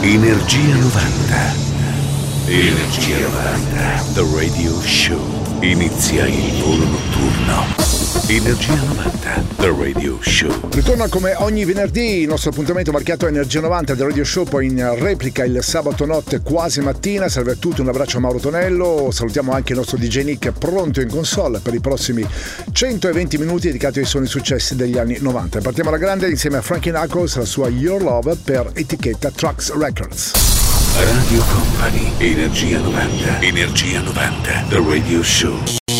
Energia 90. Energia 90. The Radio Show. Inizia il volo notturno. Energia 90, The Radio Show. Ritorna come ogni venerdì il nostro appuntamento marchiato Energia 90 The Radio Show, poi in replica il sabato notte quasi mattina. Salve a tutti, un abbraccio a Mauro Tonello. Salutiamo anche il nostro DJ Nick pronto in console per i prossimi 120 minuti dedicati ai suoni successi degli anni 90. Partiamo alla grande insieme a Frankie Knuckles, la sua Your Love per etichetta Trax Records. Radio Company, Energia 90, Energia 90, The Radio Show.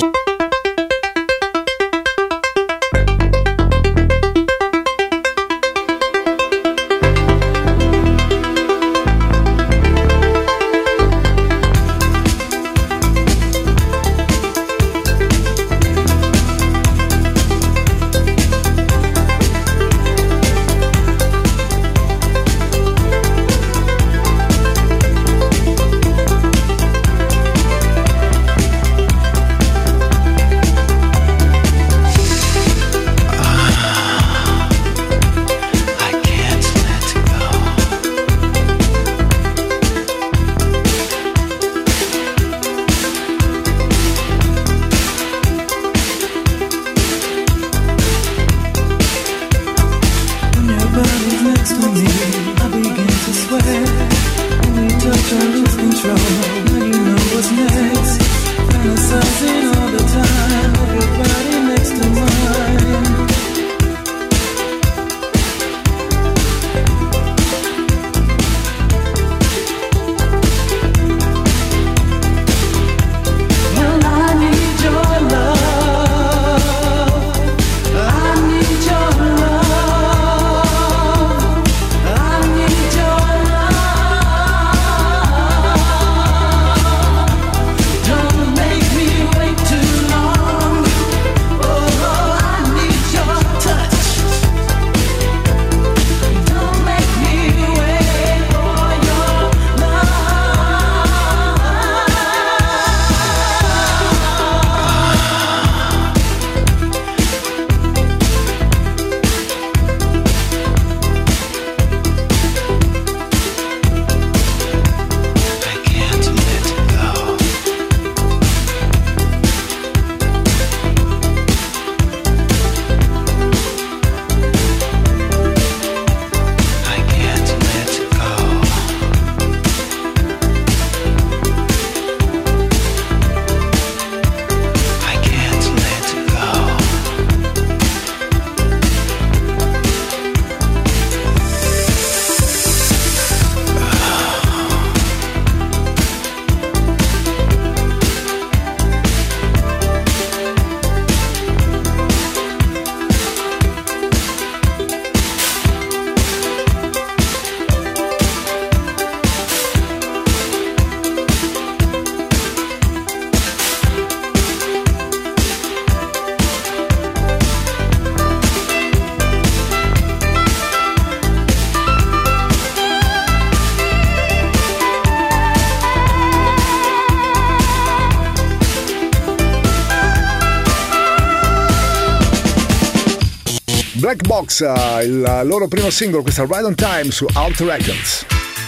Black Box, il loro primo singolo, questa Ride on Time su Out Records.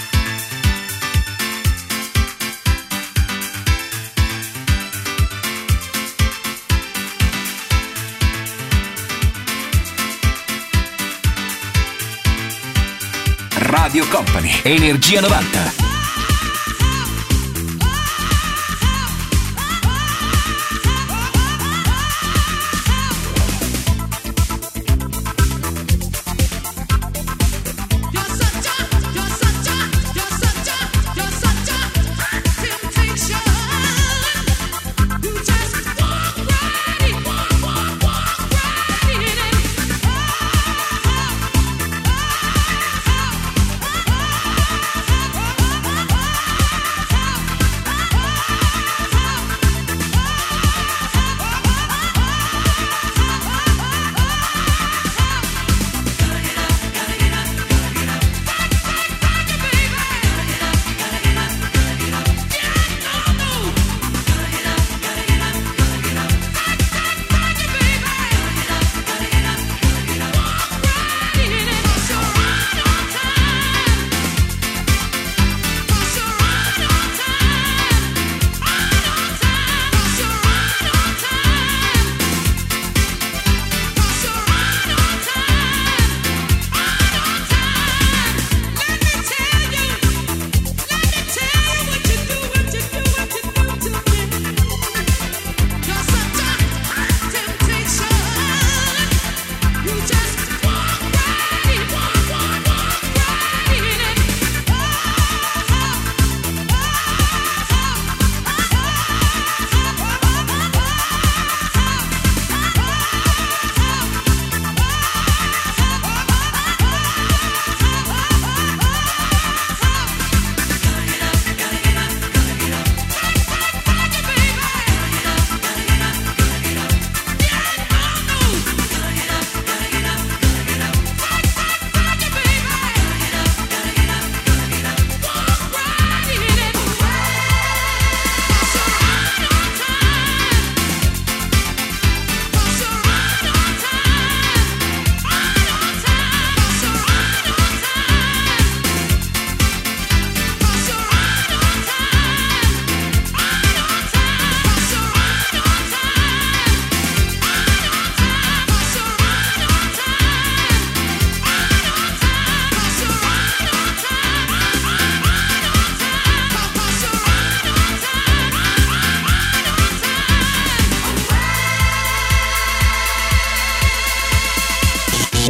Radio Company, Energia 90.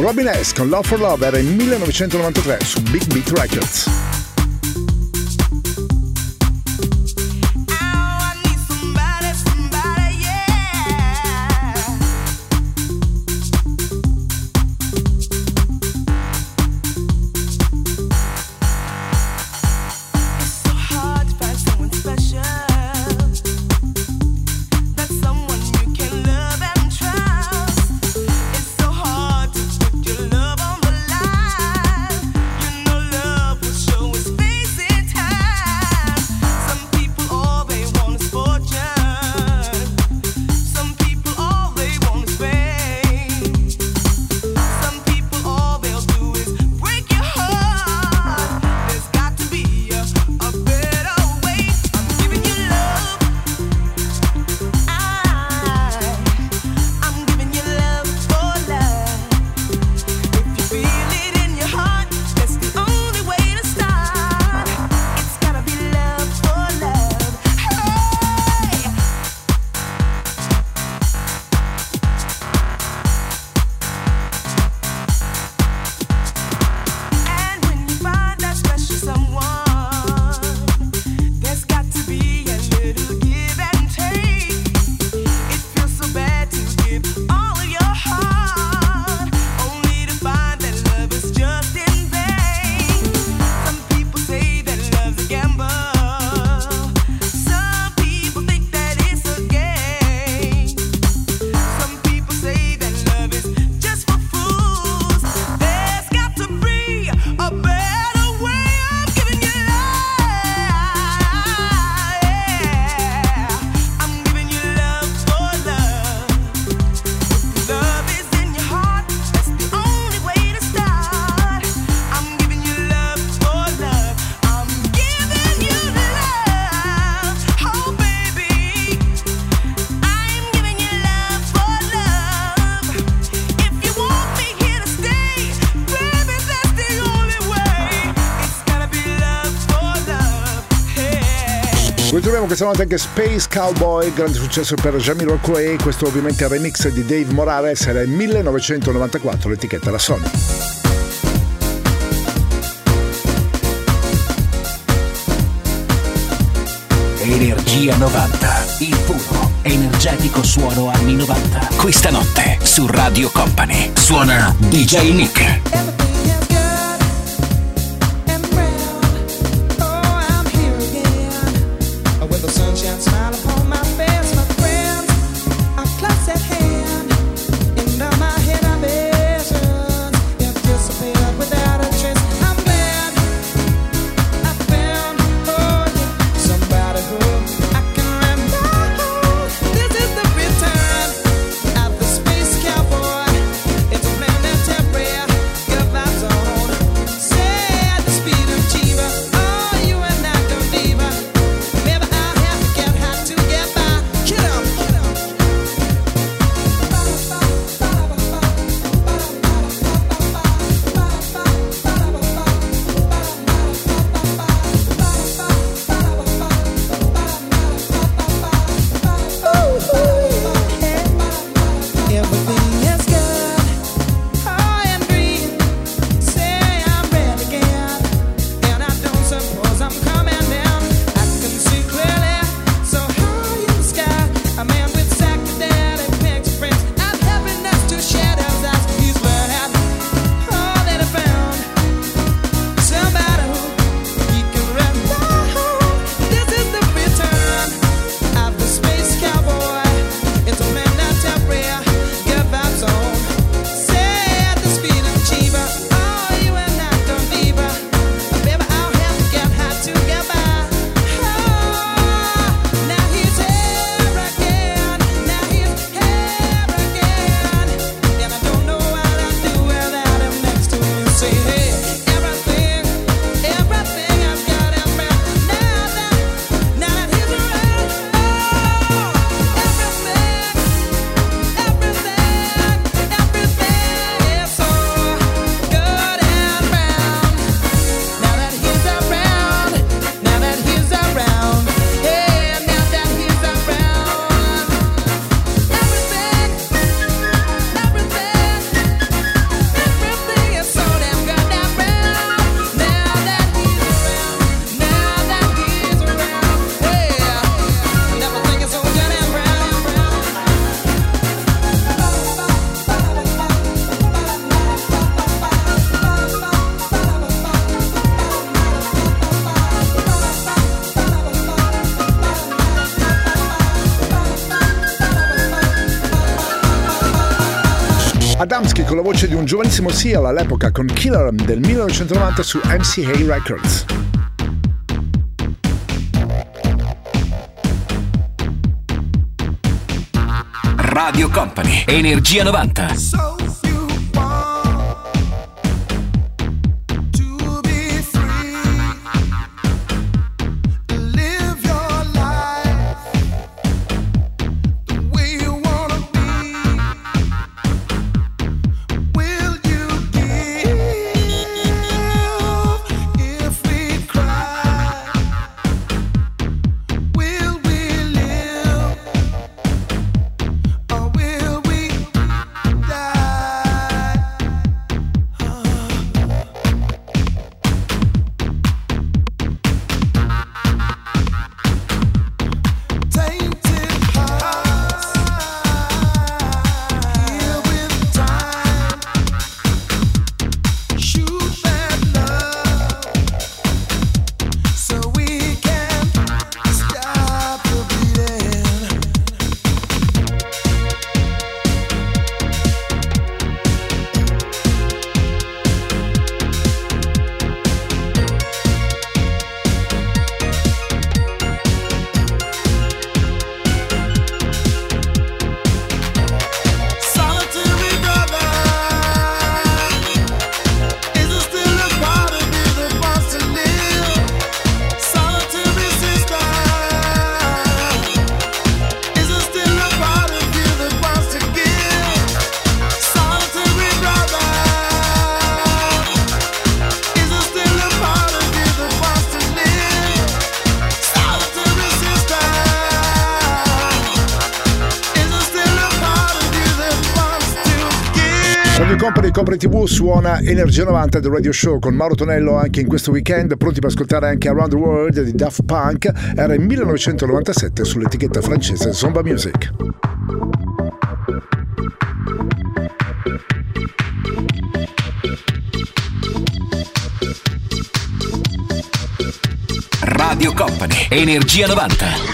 Robin S. con Love for Love era in 1993 su Big Beat Records. Ritroviamo questa notte anche Space Cowboy, grande successo per Jamiroquai, questo ovviamente è il remix di Dave Morales, era il 1994, l'etichetta la Sony. Energia 90, il puro, energetico suono anni 90. Questa notte su Radio Company suona DJ Nick. Adamski con la voce di un giovanissimo Seal all'epoca con Killer del 1990 su MCA Records. Radio Company, Energia 90. Company TV suona Energia 90 del Radio Show con Mauro Tonello anche in questo weekend, pronti per ascoltare anche Around the World di Daft Punk. Era il 1997 sull'etichetta francese Zomba Music. Radio Company, Energia 90.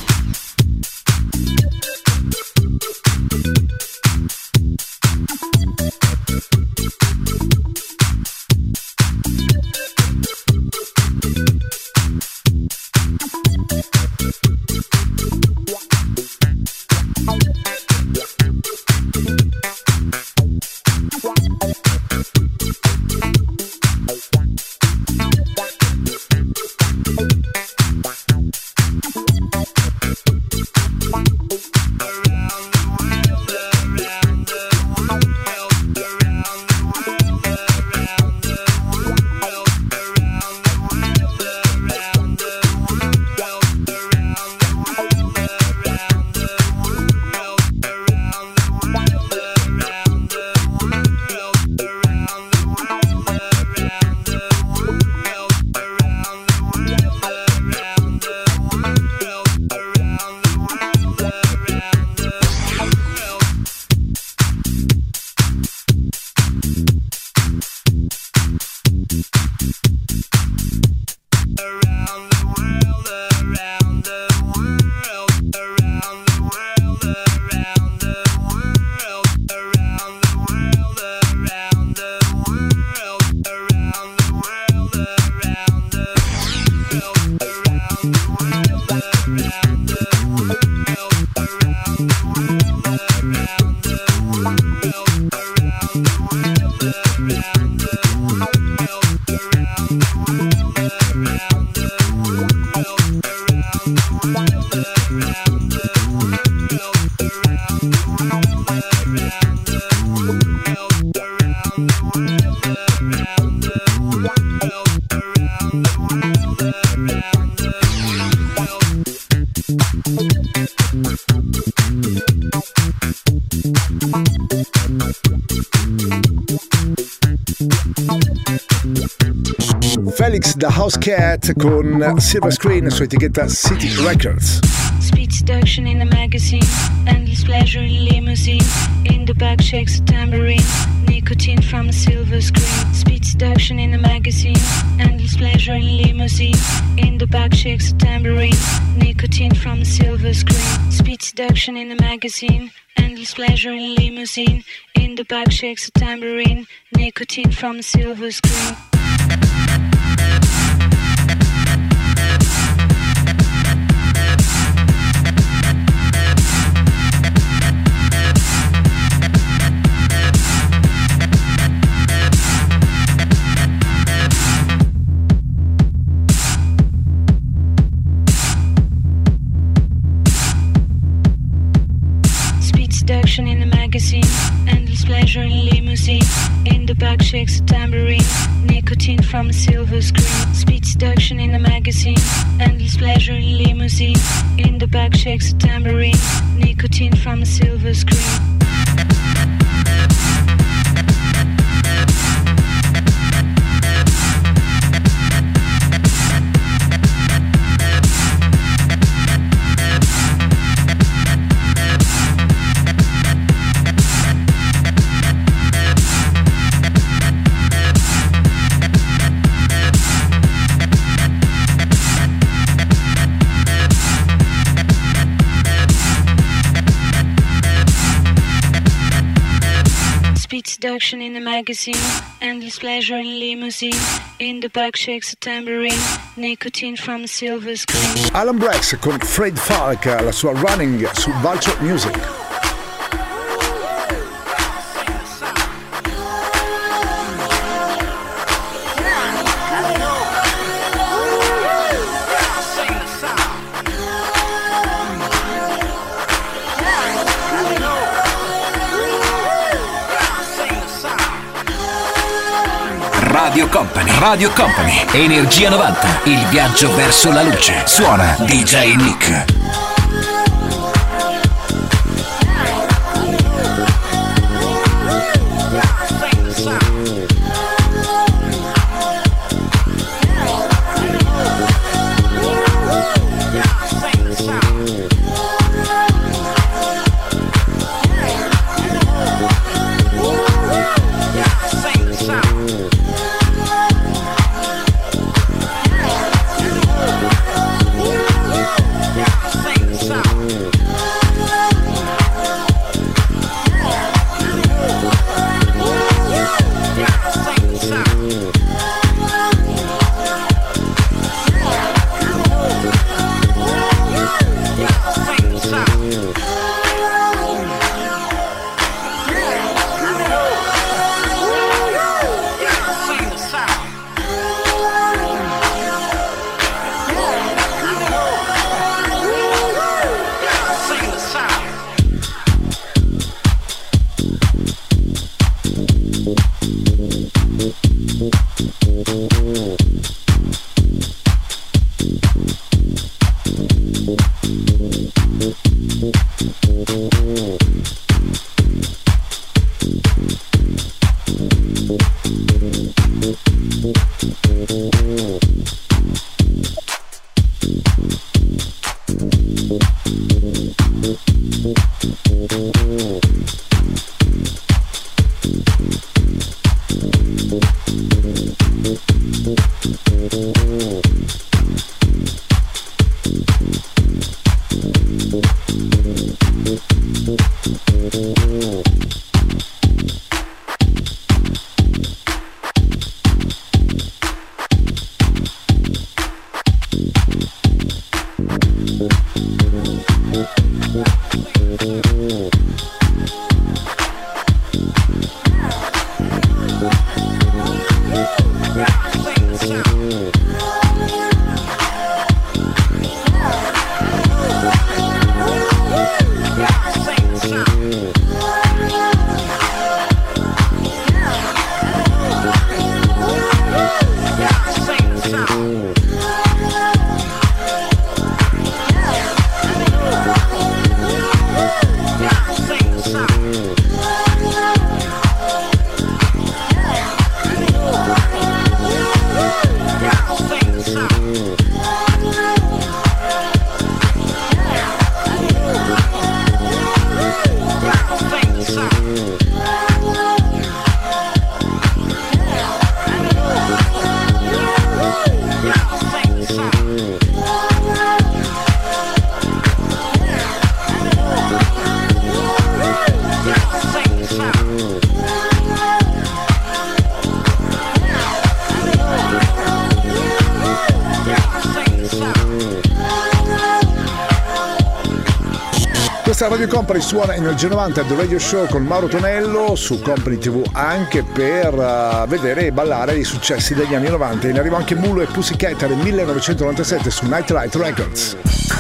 Felix the House Cat con Silver Screen su etichetta City Records. Speed seduction in the magazine, endless pleasure in limousine. In the back shakes a tambourine, nicotine from a silver screen. Speed seduction in the magazine, endless pleasure in limousine. In the back shakes a tambourine, nicotine from a silver screen. Speed seduction in the magazine, endless pleasure in limousine. In the back shakes a tambourine, nicotine from a silver screen. Seduction in the magazine, endless pleasure in limousine. In the back shakes a tambourine, nicotine from a silver screen. Speed seduction in the magazine, endless pleasure in limousine. In the back shakes a tambourine, nicotine from a silver screen. Seduction in the magazine, endless pleasure in limousine. In the back shakes a tambourine, nicotine from a silver screen. Alan Brax con Fred Falk, la sua Running su Vulture Music. Radio Company, Energia 90, il viaggio verso la luce. Suona DJ Nick. Questa Radio Company suona Energia 90 The Radio Show con Mauro Tonello su Company TV, anche per vedere e ballare i successi degli anni 90. In arrivo anche Mulo e Pussycat nel 1997 su Nightlight Records.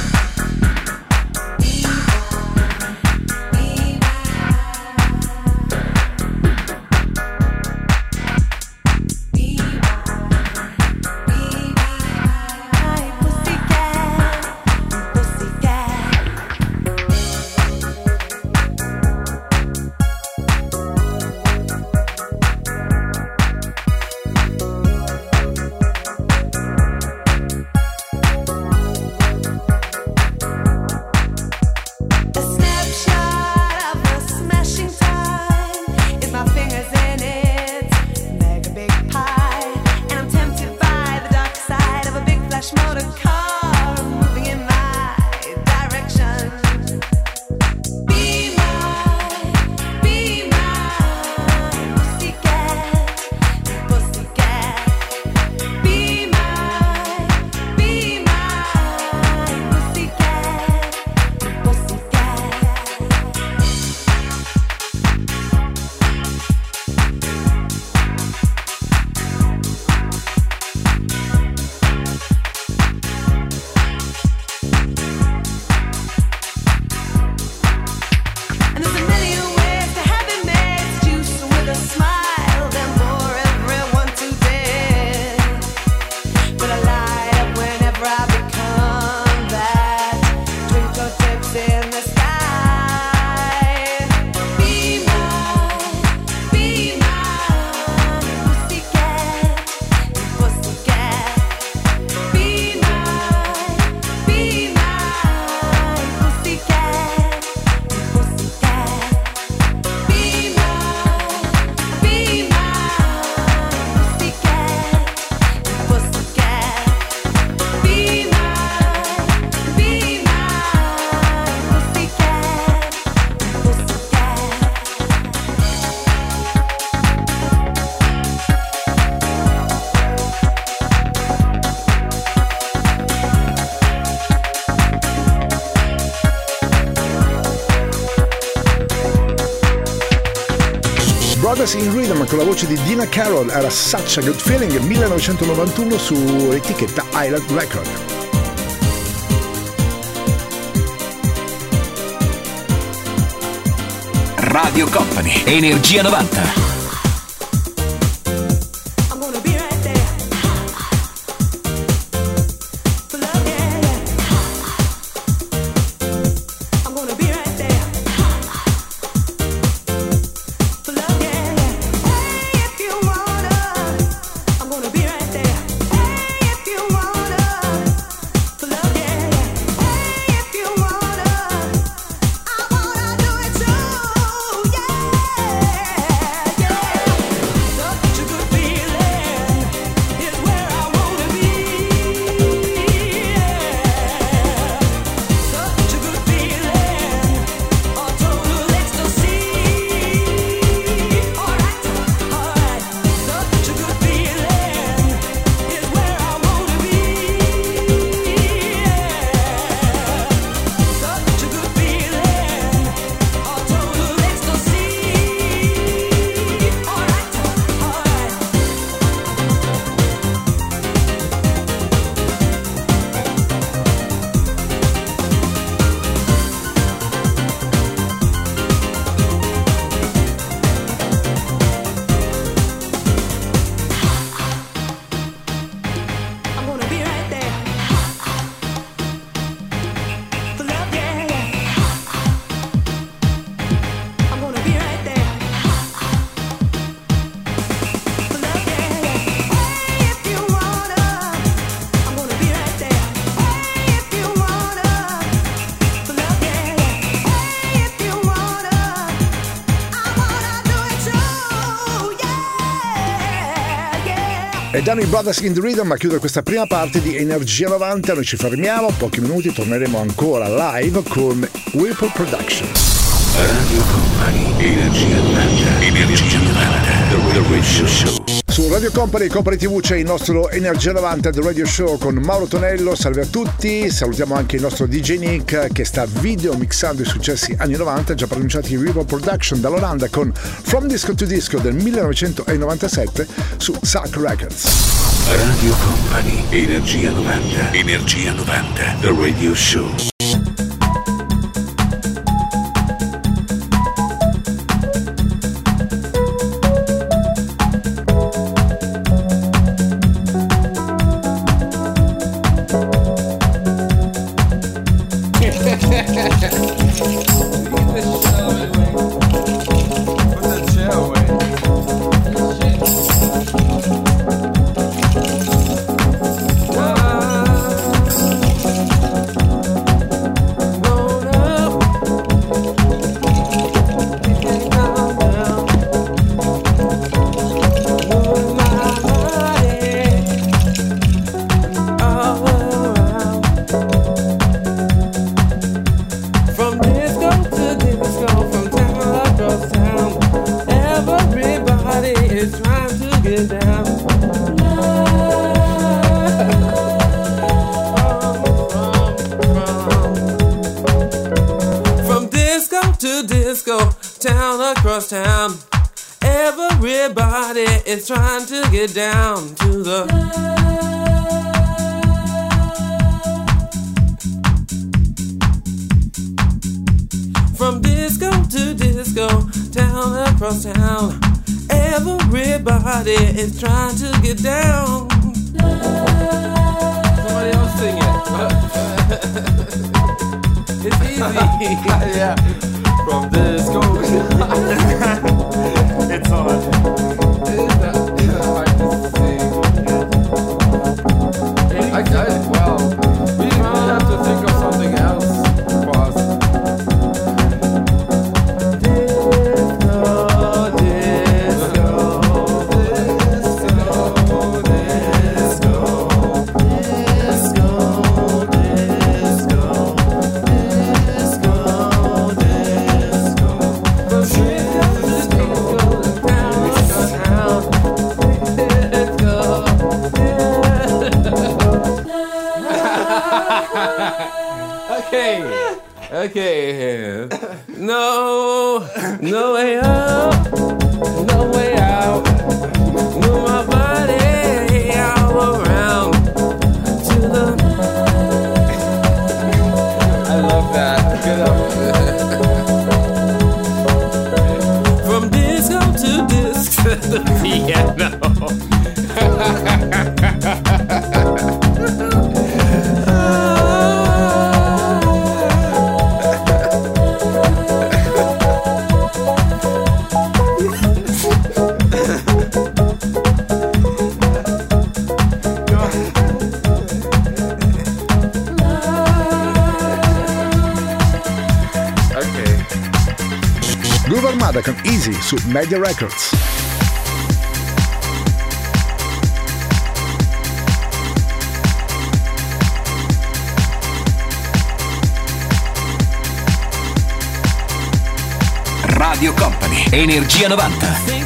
Brothers in Rhythm con la voce di Dina Carroll era Such a Good Feeling 1991 su etichetta Island Record. Radio Company, Energia 90. E danno i Brothers in the Rhythm a chiudere questa prima parte di Energia 90. Noi ci fermiamo, pochi minuti torneremo ancora live con Whirlpool Productions. Radio Company, Energia 90, Energia 90, The Radio Show. Su Radio Company e Company TV c'è il nostro Energia 90 The Radio Show con Mauro Tonello. Salve a tutti, salutiamo anche il nostro DJ Nick che sta video mixando i successi anni 90 già pronunciati in Reverb Production dall'Olanda con From Disco to Disco del 1997 su Sack Records. Radio Company, Energia 90, Energia 90, The Radio Show. It's trying to get down to the From disco to disco, town across town. Everybody is trying to get down. Somebody else sing it. It's easy. Yeah. From disco. It's on. Well, we have to think of something else for us. Disco, disco, disco, disco, disco, disco, disco, disco. From disco to town. Okay. No way up, no way out. Move my body all around to the. I love that. Good up. From disco to disco, the piano. Con Easy su Media Records. Radio Company, Energia 90.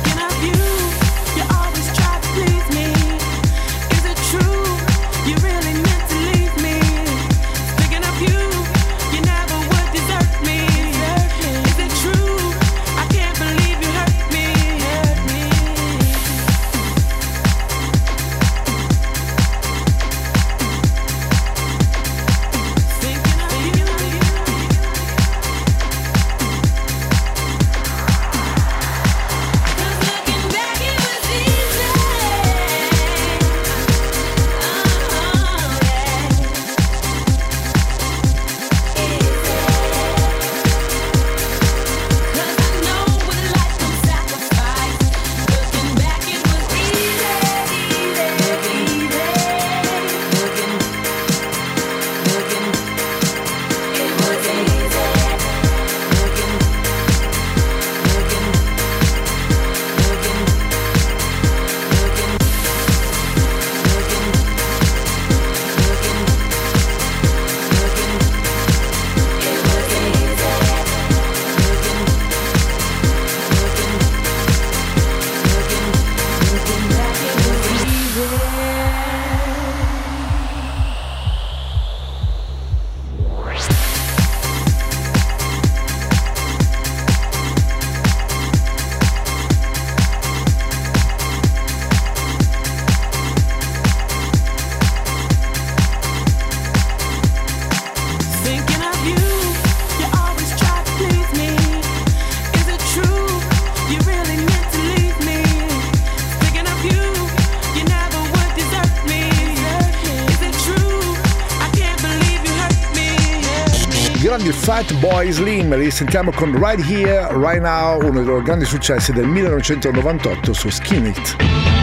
grandi Fatboy Slim, li sentiamo con Right Here, Right Now, uno dei loro grandi successi del 1998 su Skin It.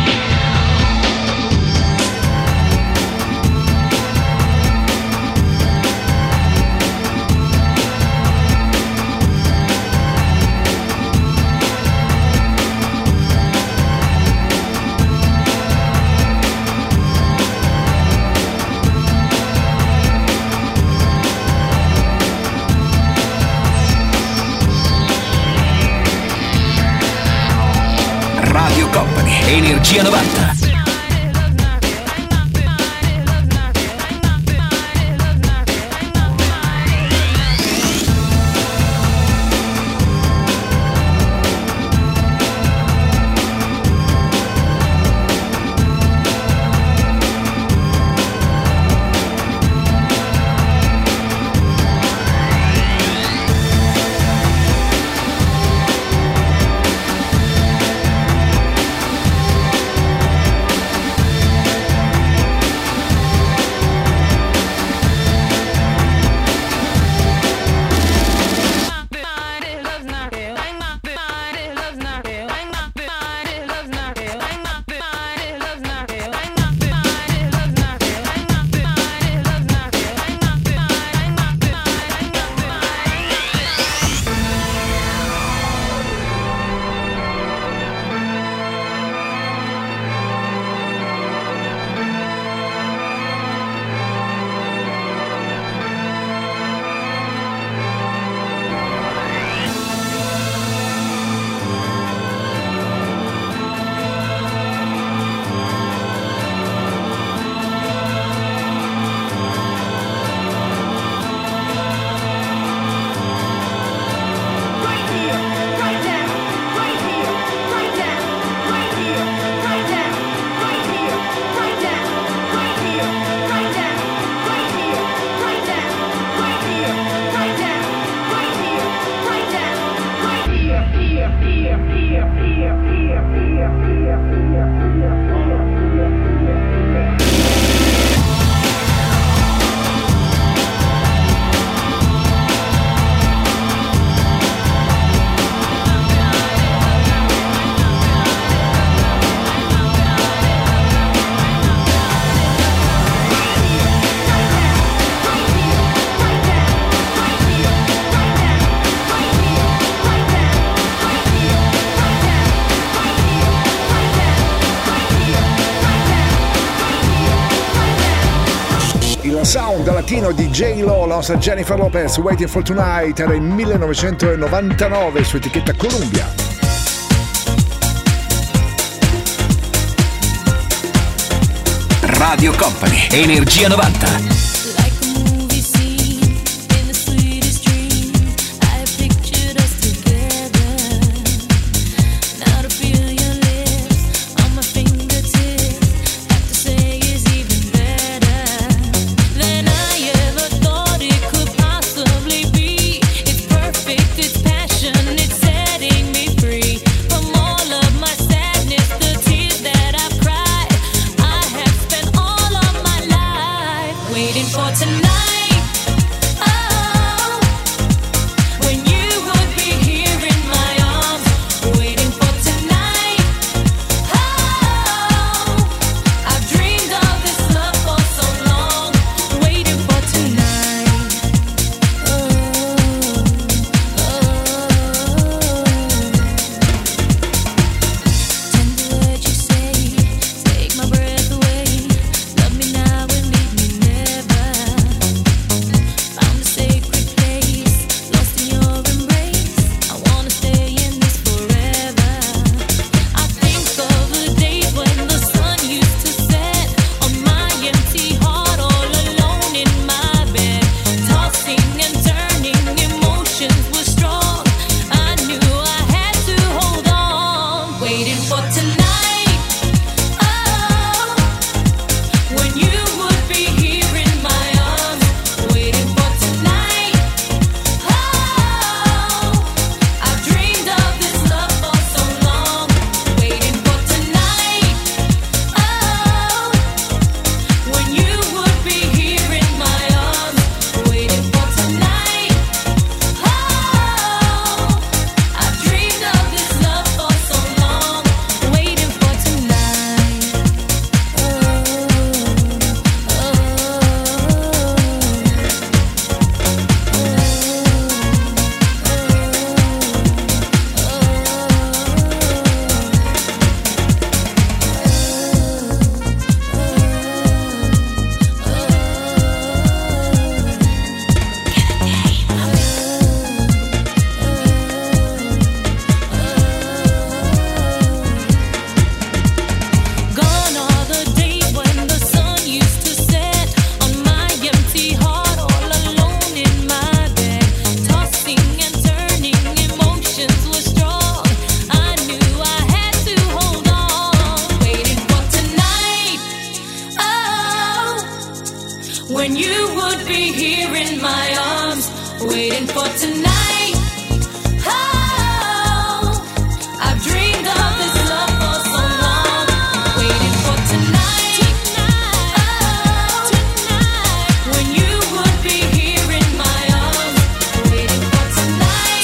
Energia 90. Sound latino di J-Lo, la nostra Jennifer Lopez, Waiting for Tonight, era il 1999 su etichetta Columbia. Radio Company, Energia 90. Waiting for when you would be here in my arms, waiting for tonight. Oh, I've dreamed of this love for so long, waiting for tonight. Oh, when you would be here in my arms, waiting for tonight.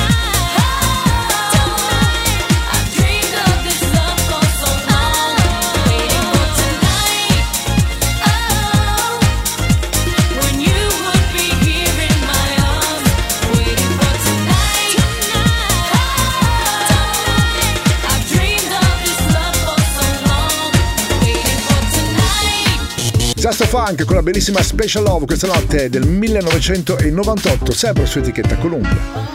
Oh, I've dreamed of this love for so long, waiting for tonight. Oh, when you would be here in my arms, waiting for tonight. I've dreamed of this love for so long, waiting for tonight. Just Funk con la bellissima Special Love questa notte del 1998, sempre su etichetta Columbia.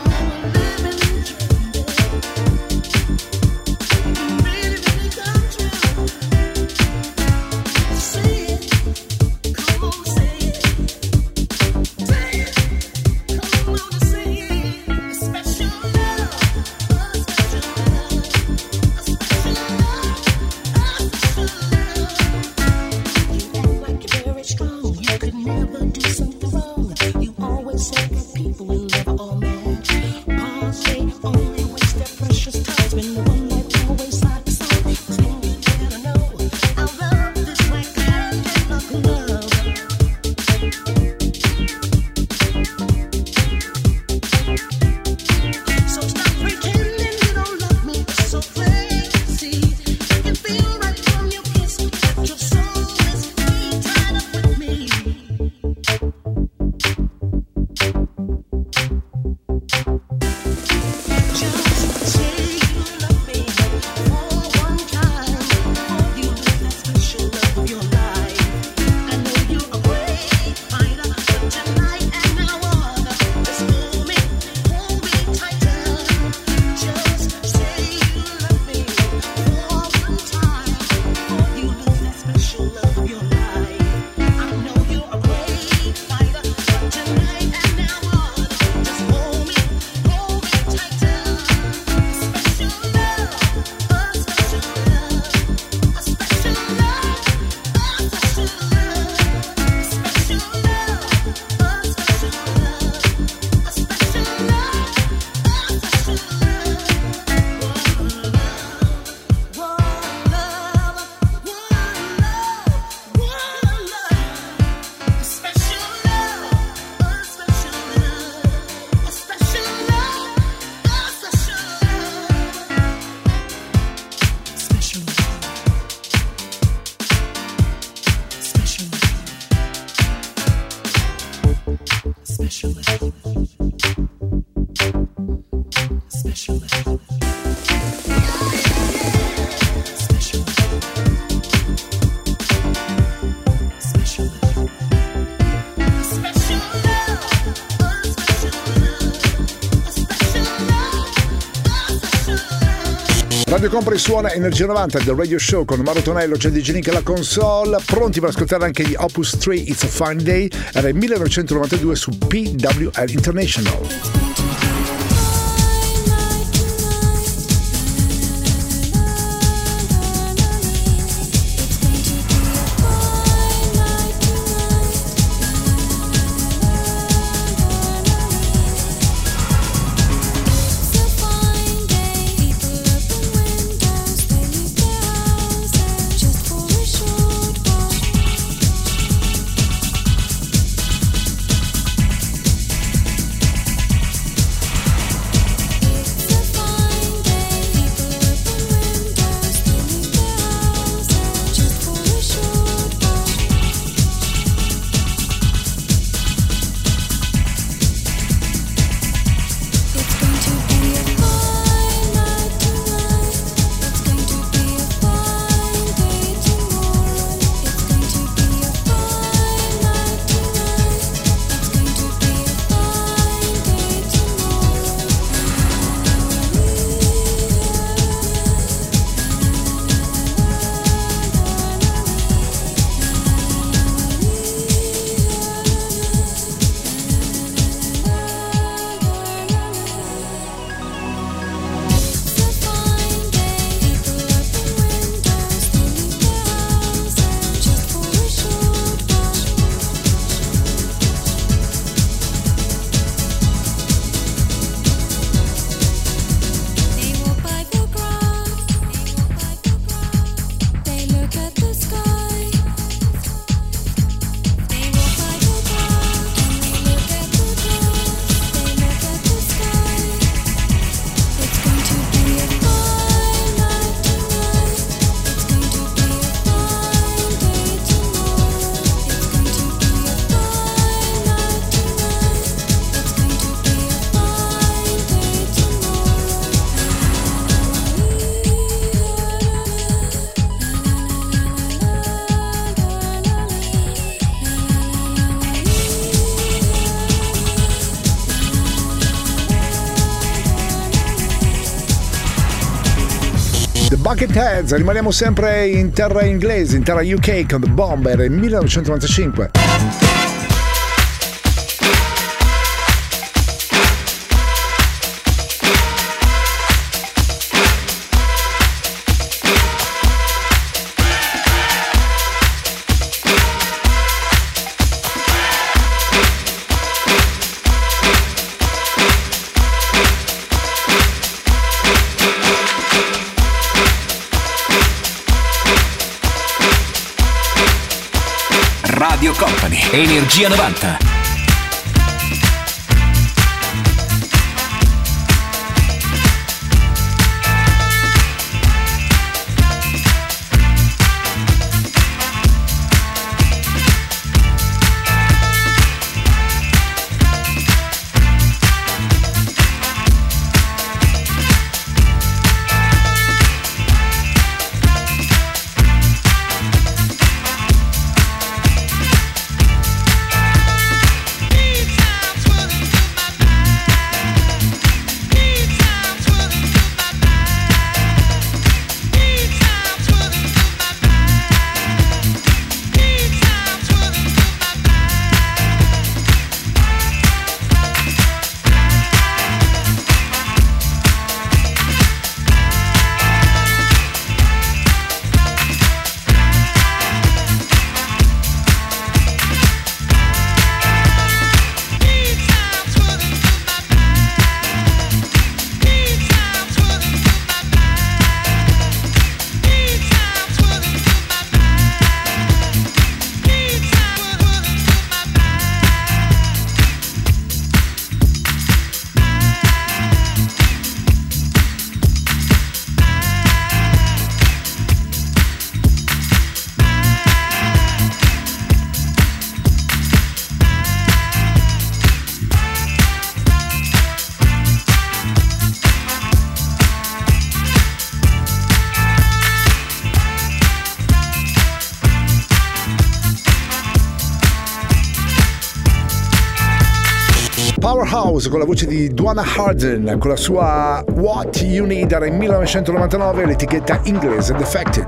Radio Company suona Energia 90 del Radio Show con Mauro Tonello, c'è DJ Nick alla console, pronti per ascoltare anche gli Opus 3 It's a Fine Day, era il 1992 su PWR International. Bucketheads, rimaniamo sempre in terra inglese, in terra UK con The Bomber nel 1995. Radio Company, Energia 90. Powerhouse con la voce di Donna Harden con la sua What You Need era in 1999, l'etichetta inglese Defected.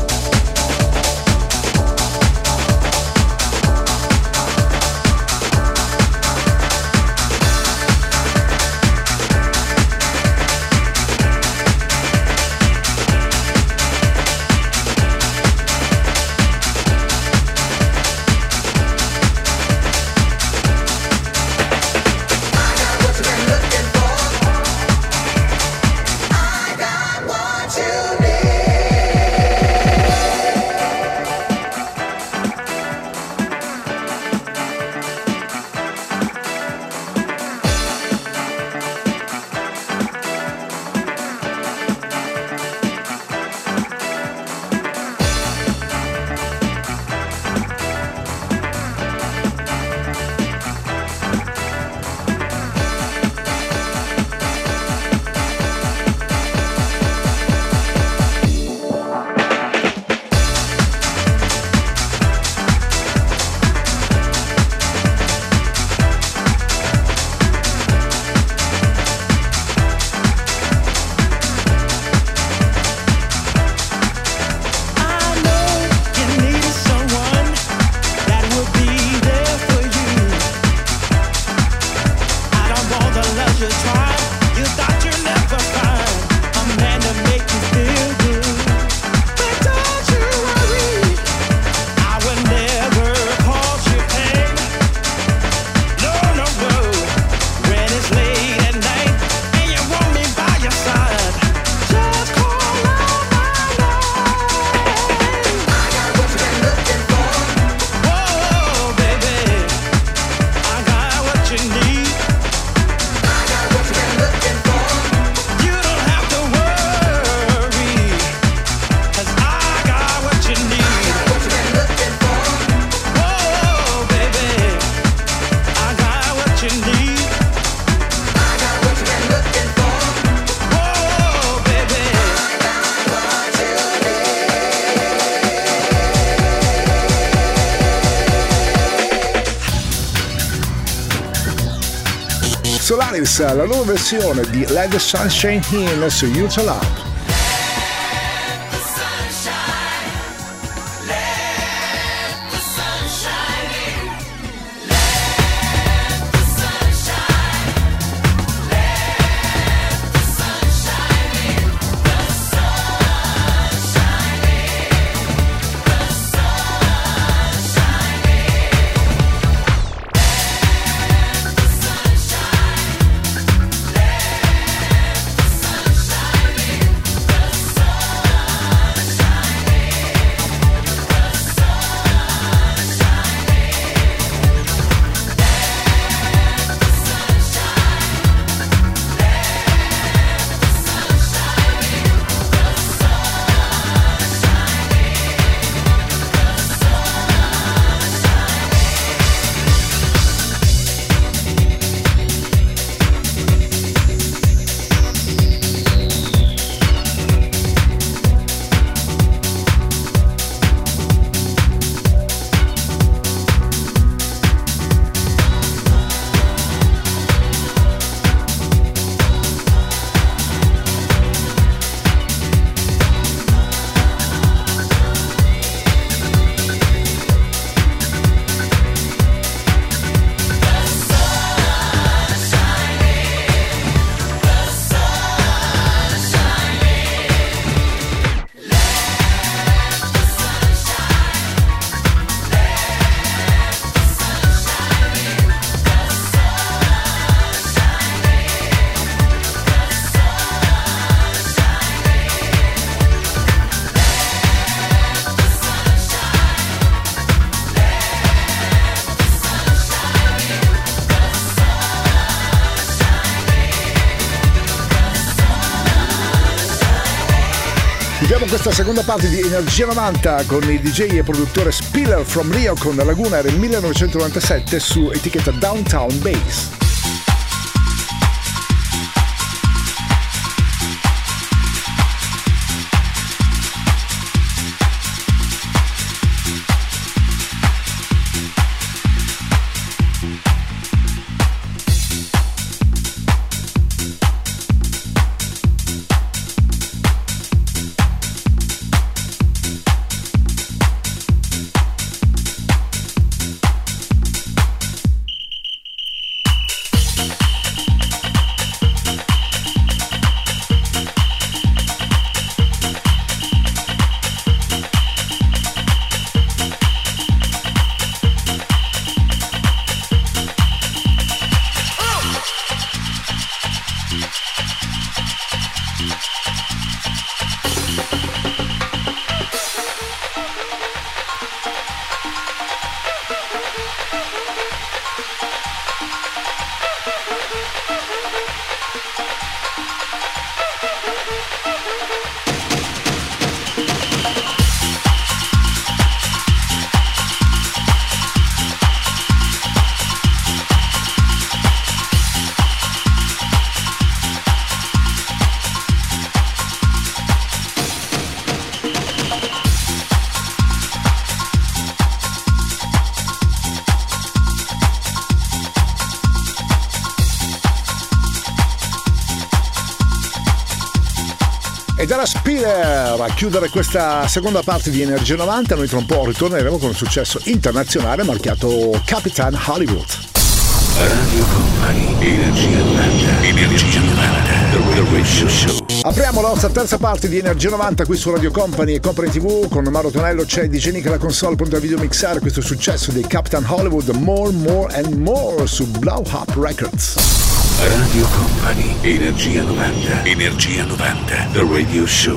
Solaris, la nuova versione di Let the Sunshine In su YouTube Lab. questa seconda parte di Energia 90 con il DJ e produttore Spiller from Rio con Laguna, era il 1997 su etichetta Downtown Bass. Ed era Spiller a chiudere questa seconda parte di Energia 90. Noi tra un po' ritorneremo con un successo internazionale marchiato Capitan Hollywood. Radio Company, Energia 90, Energia 90, The Radio Show. Apriamo la nostra terza parte di Energia 90 qui su Radio Company e Company TV con Mauro Tonello. C'è DJ Nick alla console pronto a videomixare questo successo dei Capitan Hollywood, More, More and More su Blow Up Records. Radio Company, Energia 90, Energia 90, The Radio Show.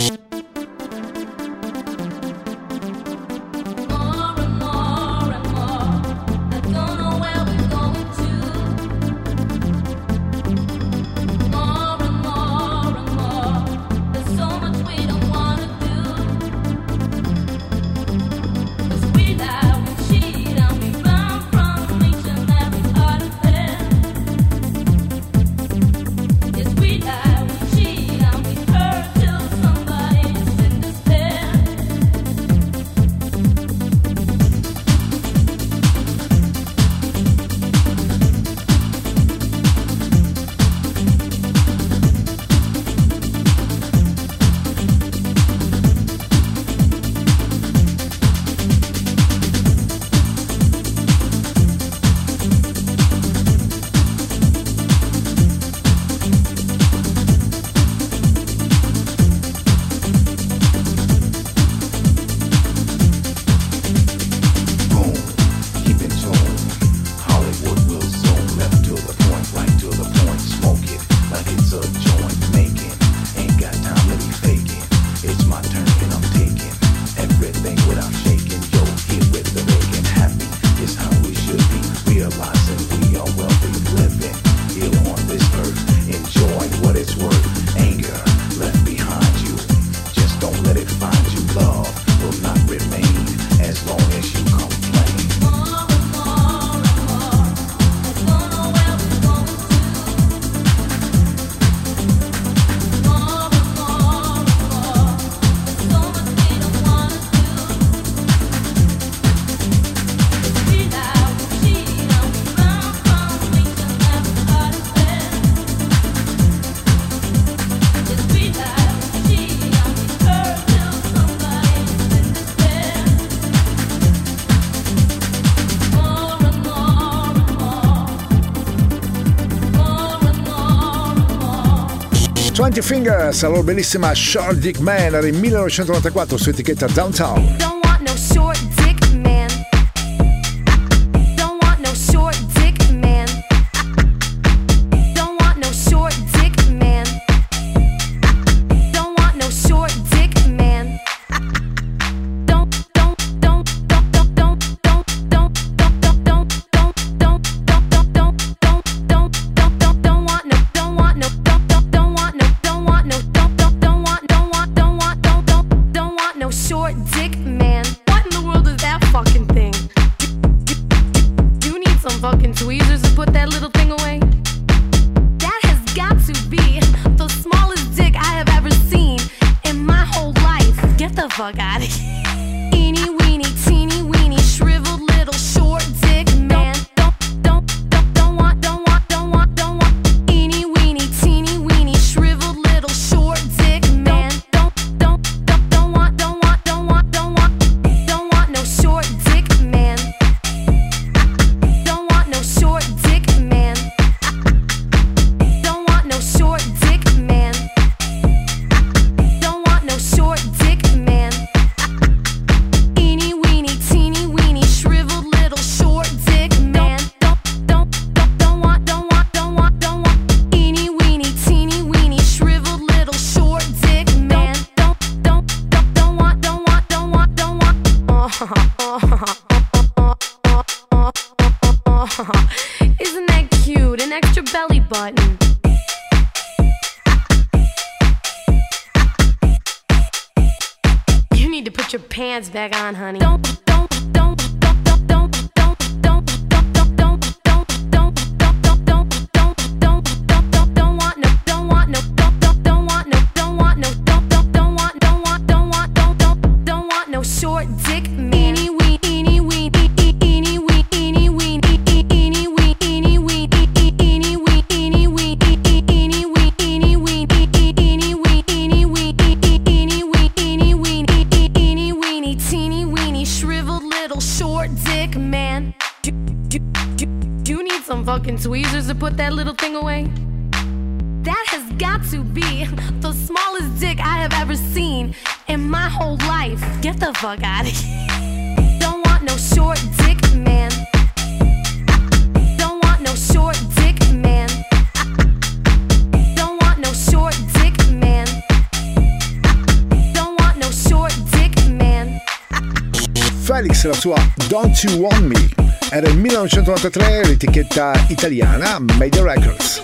Twenty Fingers, la loro bellissima Short Dick Man, era in 1994 su etichetta Downtown. Don't want no short dick man. Don't want no short dick man. Don't want no short dick man. Don't want no short dick man. Don't want Isn't that cute? An extra belly button. You need to put your pants back on, honey. Don't want no short dick man. Fucking tweezers to put that little thing away. That has got to be the smallest dick I have ever seen in my whole life. Get the fuck out of here. Don't want no short dick man. Don't want no short dick man. Don't want no short dick man. Don't want no short dick man. Felix, la sua Don't You Want Me. Era il 1993, l'etichetta italiana Media Records.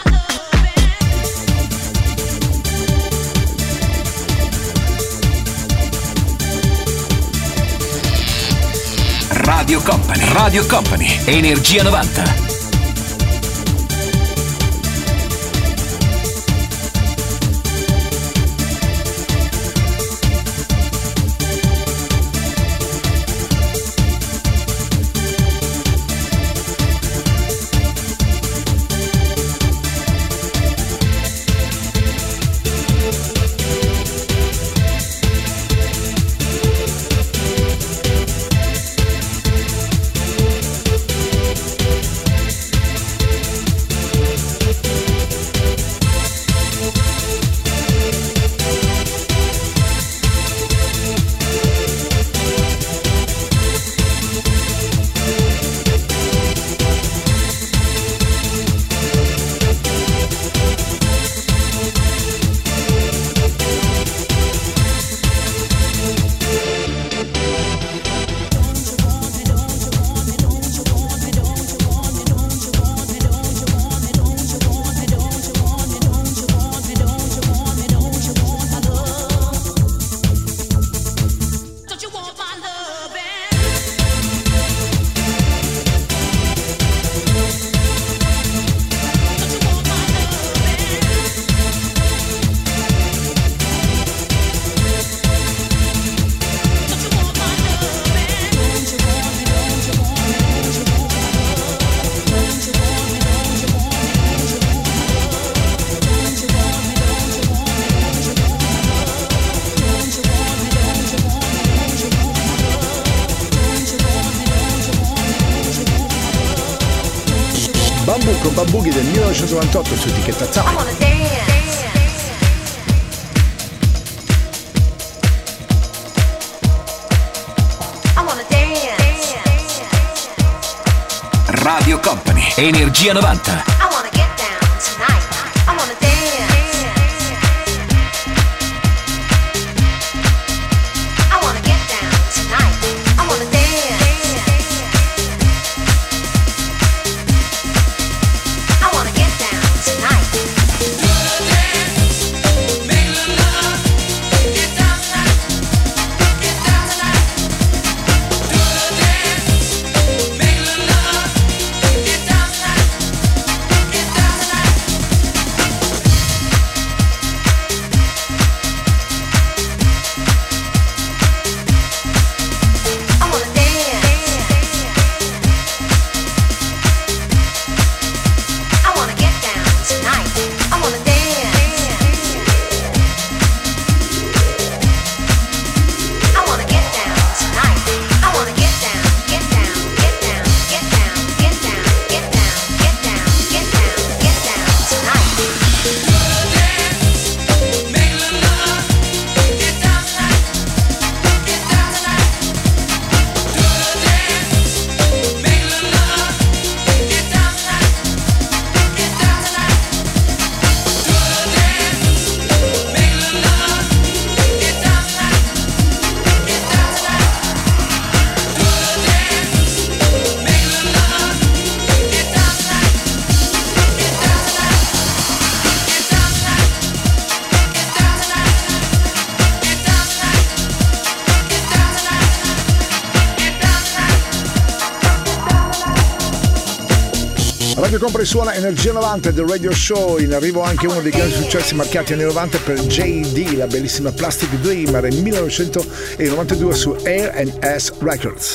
Radio Company, Energia 90. Con Bamboogie del 1998 su etichetta Time. I wanna dance. I wanna dance. Radio Company, Energia 90. I wanna get down tonight. I wanna dance. I wanna get down tonight. I wanna dance. I wanna get down tonight. Radio Company suona Energia 90 del Radio Show. In arrivo anche uno dei grandi successi marcati anni 90 per JD, la bellissima Plastic Dreamer nel 1992 su A&S Records.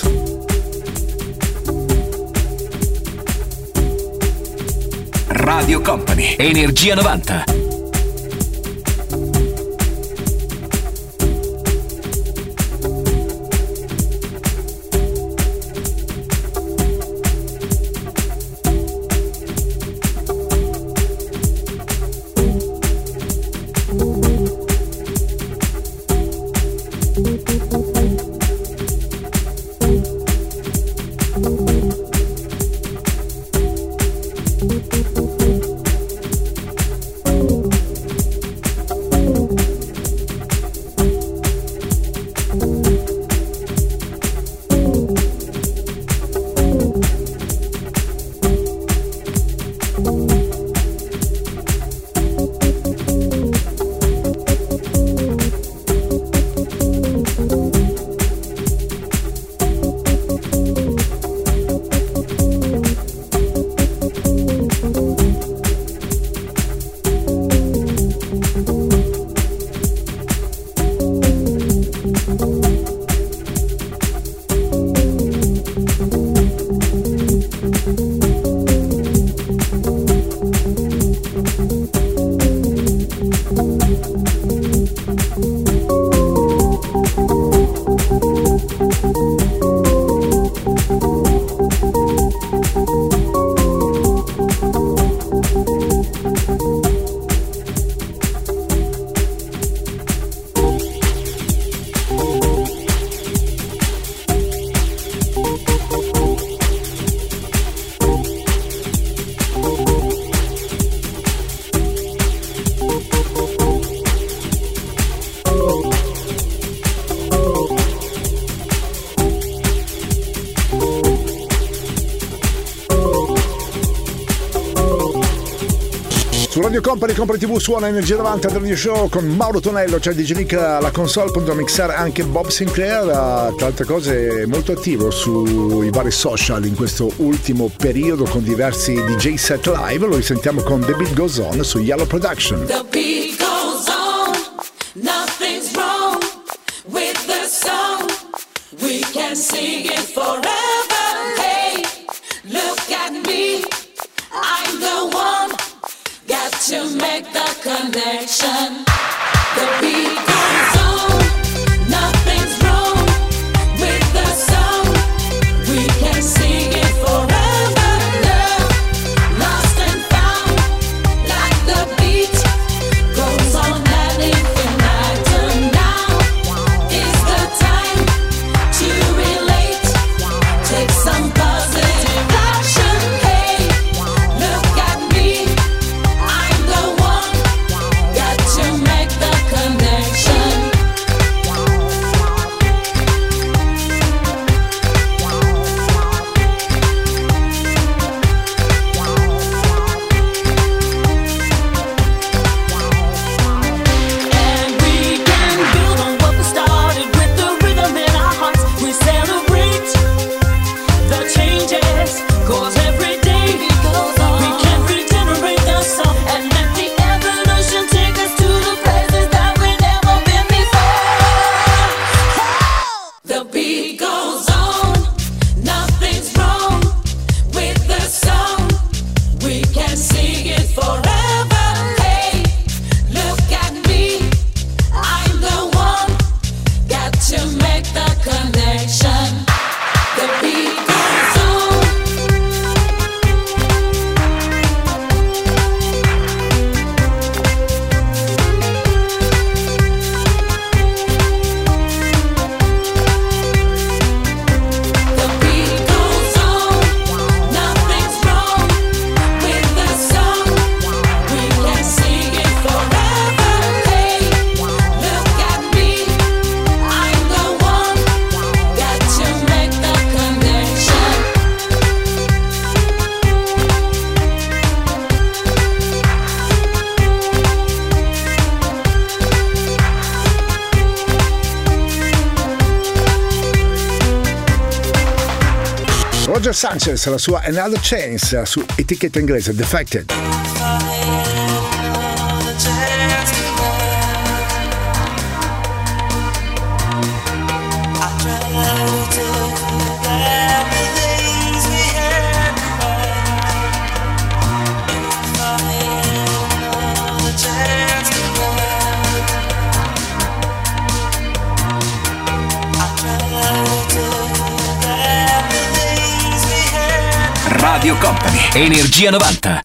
Radio Company, Energia 90. Radio Company, Company TV suona Energia 90 del Radio Show con Mauro Tonello, c'è DJ Nick alla console, pronto a mixare anche Bob Sinclair, tra altre cose molto attivo sui vari social in questo ultimo periodo con diversi DJ set live, lo risentiamo con The Beat Goes On su Yellow Production. The beat goes on, nothing's wrong with the song. We can sing it forever. Hey, look at me, I'm the one. Got to make the connection. The beat goes on, nothing's wrong with the song. We can sing it forever. Love, lost and found, like the beat goes on ad infinitum. Now is the time to relate. Take some positive action. Hey, look at me, I'm the one. Got to Roger Sanchez, la sua Another Chance su etichetta inglese Defected. Radio Company, Energia 90.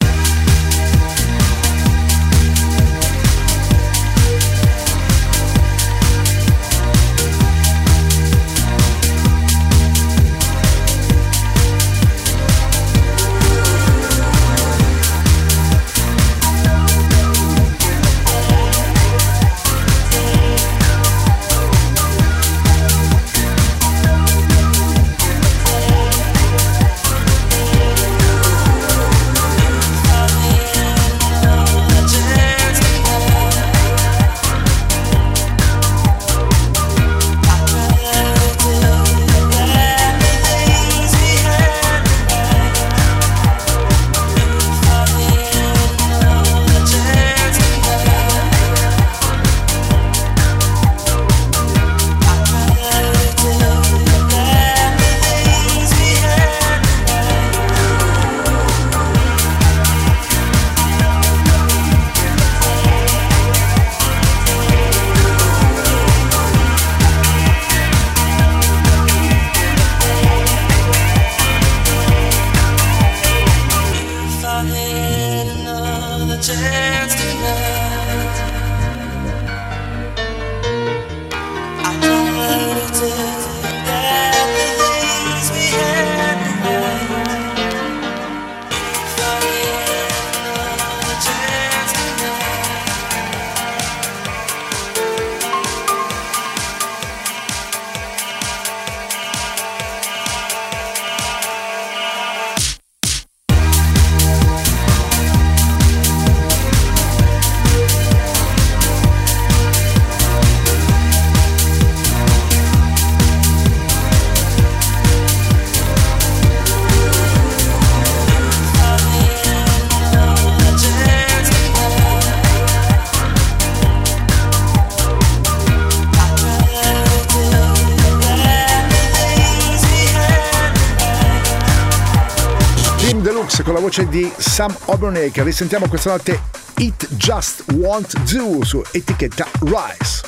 Con la voce di Sam O'Brien, che risentiamo questa notte It Just Won't Do su etichetta Rise.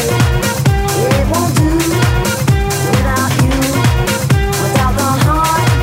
Without the heart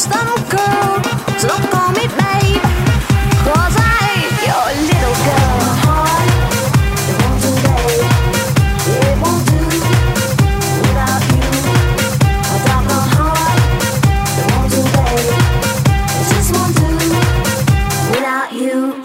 just a girl, so don't call me babe, 'cause I ain't your little girl. Heart, it won't do, babe, it won't do without you. I got my heart, it won't do, babe, it just won't do without you.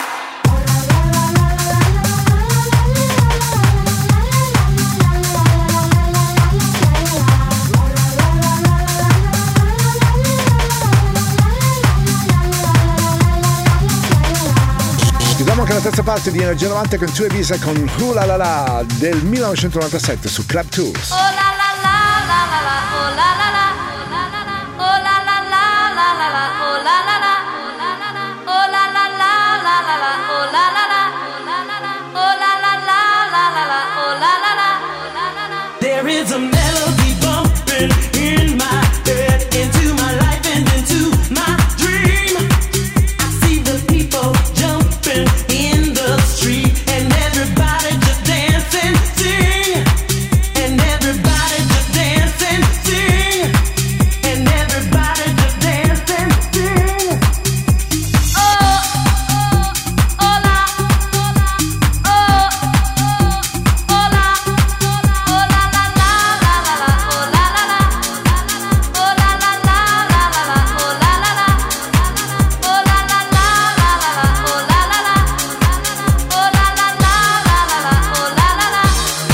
Chiudiamo anche la terza parte di Energia 90 con Tue Visa con Ooh La La La del 1997 su Club Tours. Oh la la la la la la, oh la la la, oh la la la la la la, oh la la la, oh la la la la la la, oh la la la, oh la la la la la la, oh la la la. There is a melody bumping in my head, into my life and into my dream. I see the people jumping in the street, and everybody just dancing, sing. And everybody just dancing, sing. And everybody just dancing, sing. Oh, oh la, oh, oh la, oh la la la la la la, oh la la la, oh la la la la la la, oh la la la, oh la la la la la la, oh la la la, oh la la la la la la, oh la la la.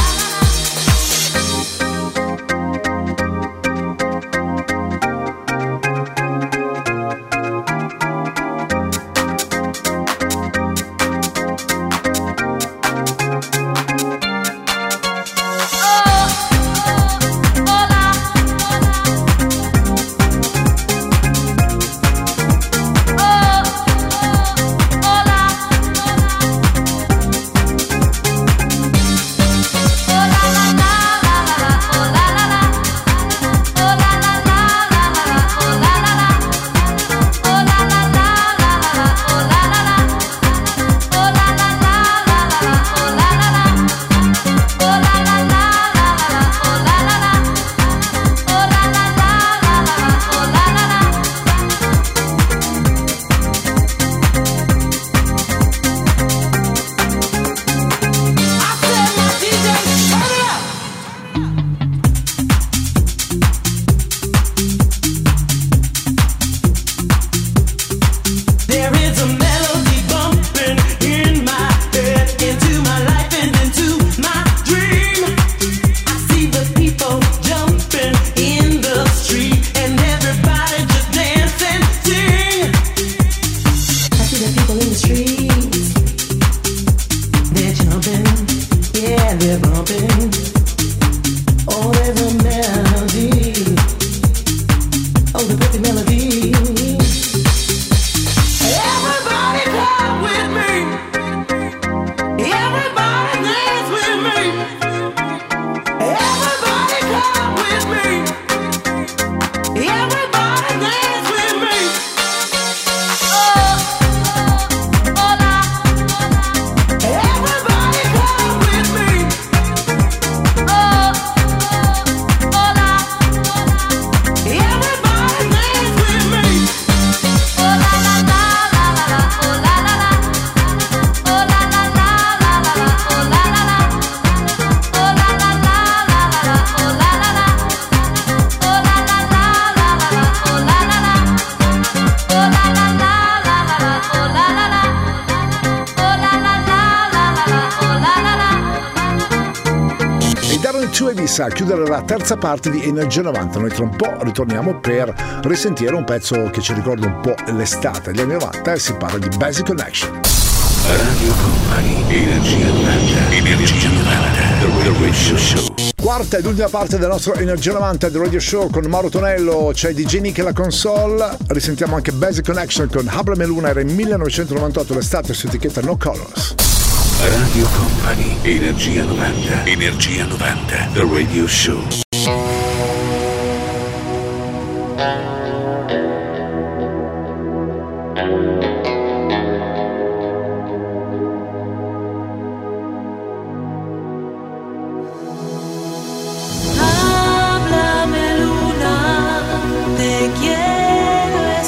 There is a melody bumping in my head, into my life and into my dream. I see the people jumping in the street, and everybody just dancing, sing. I see the people in the streets, they're jumping, yeah, they're bumping. Oh, there's a melody, oh, the perfect melody. Everybody come with me. Everybody dance with me. Everybody come with me. Everybody dance with me. Everybody come with me. Everybody dance with me. E Darren Tue Visa a chiudere la terza parte di Energia 90. Noi tra un po' ritorniamo per risentire un pezzo che ci ricorda un po' l'estate degli anni 90 e si parla di Basic Connection. Radio Company, Energia 90, Energia 90, The Radio Show. Quarta ed ultima parte del nostro Energia 90 del Radio Show con Mauro Tonello, c'è DJ Nick alla console. Risentiamo anche Basic Connection con Habla Meluna, era in 1998 l'estate su etichetta No Colors. Radio Company, Energia 90, Energia 90, The Radio Show. Háblame luna, te quiero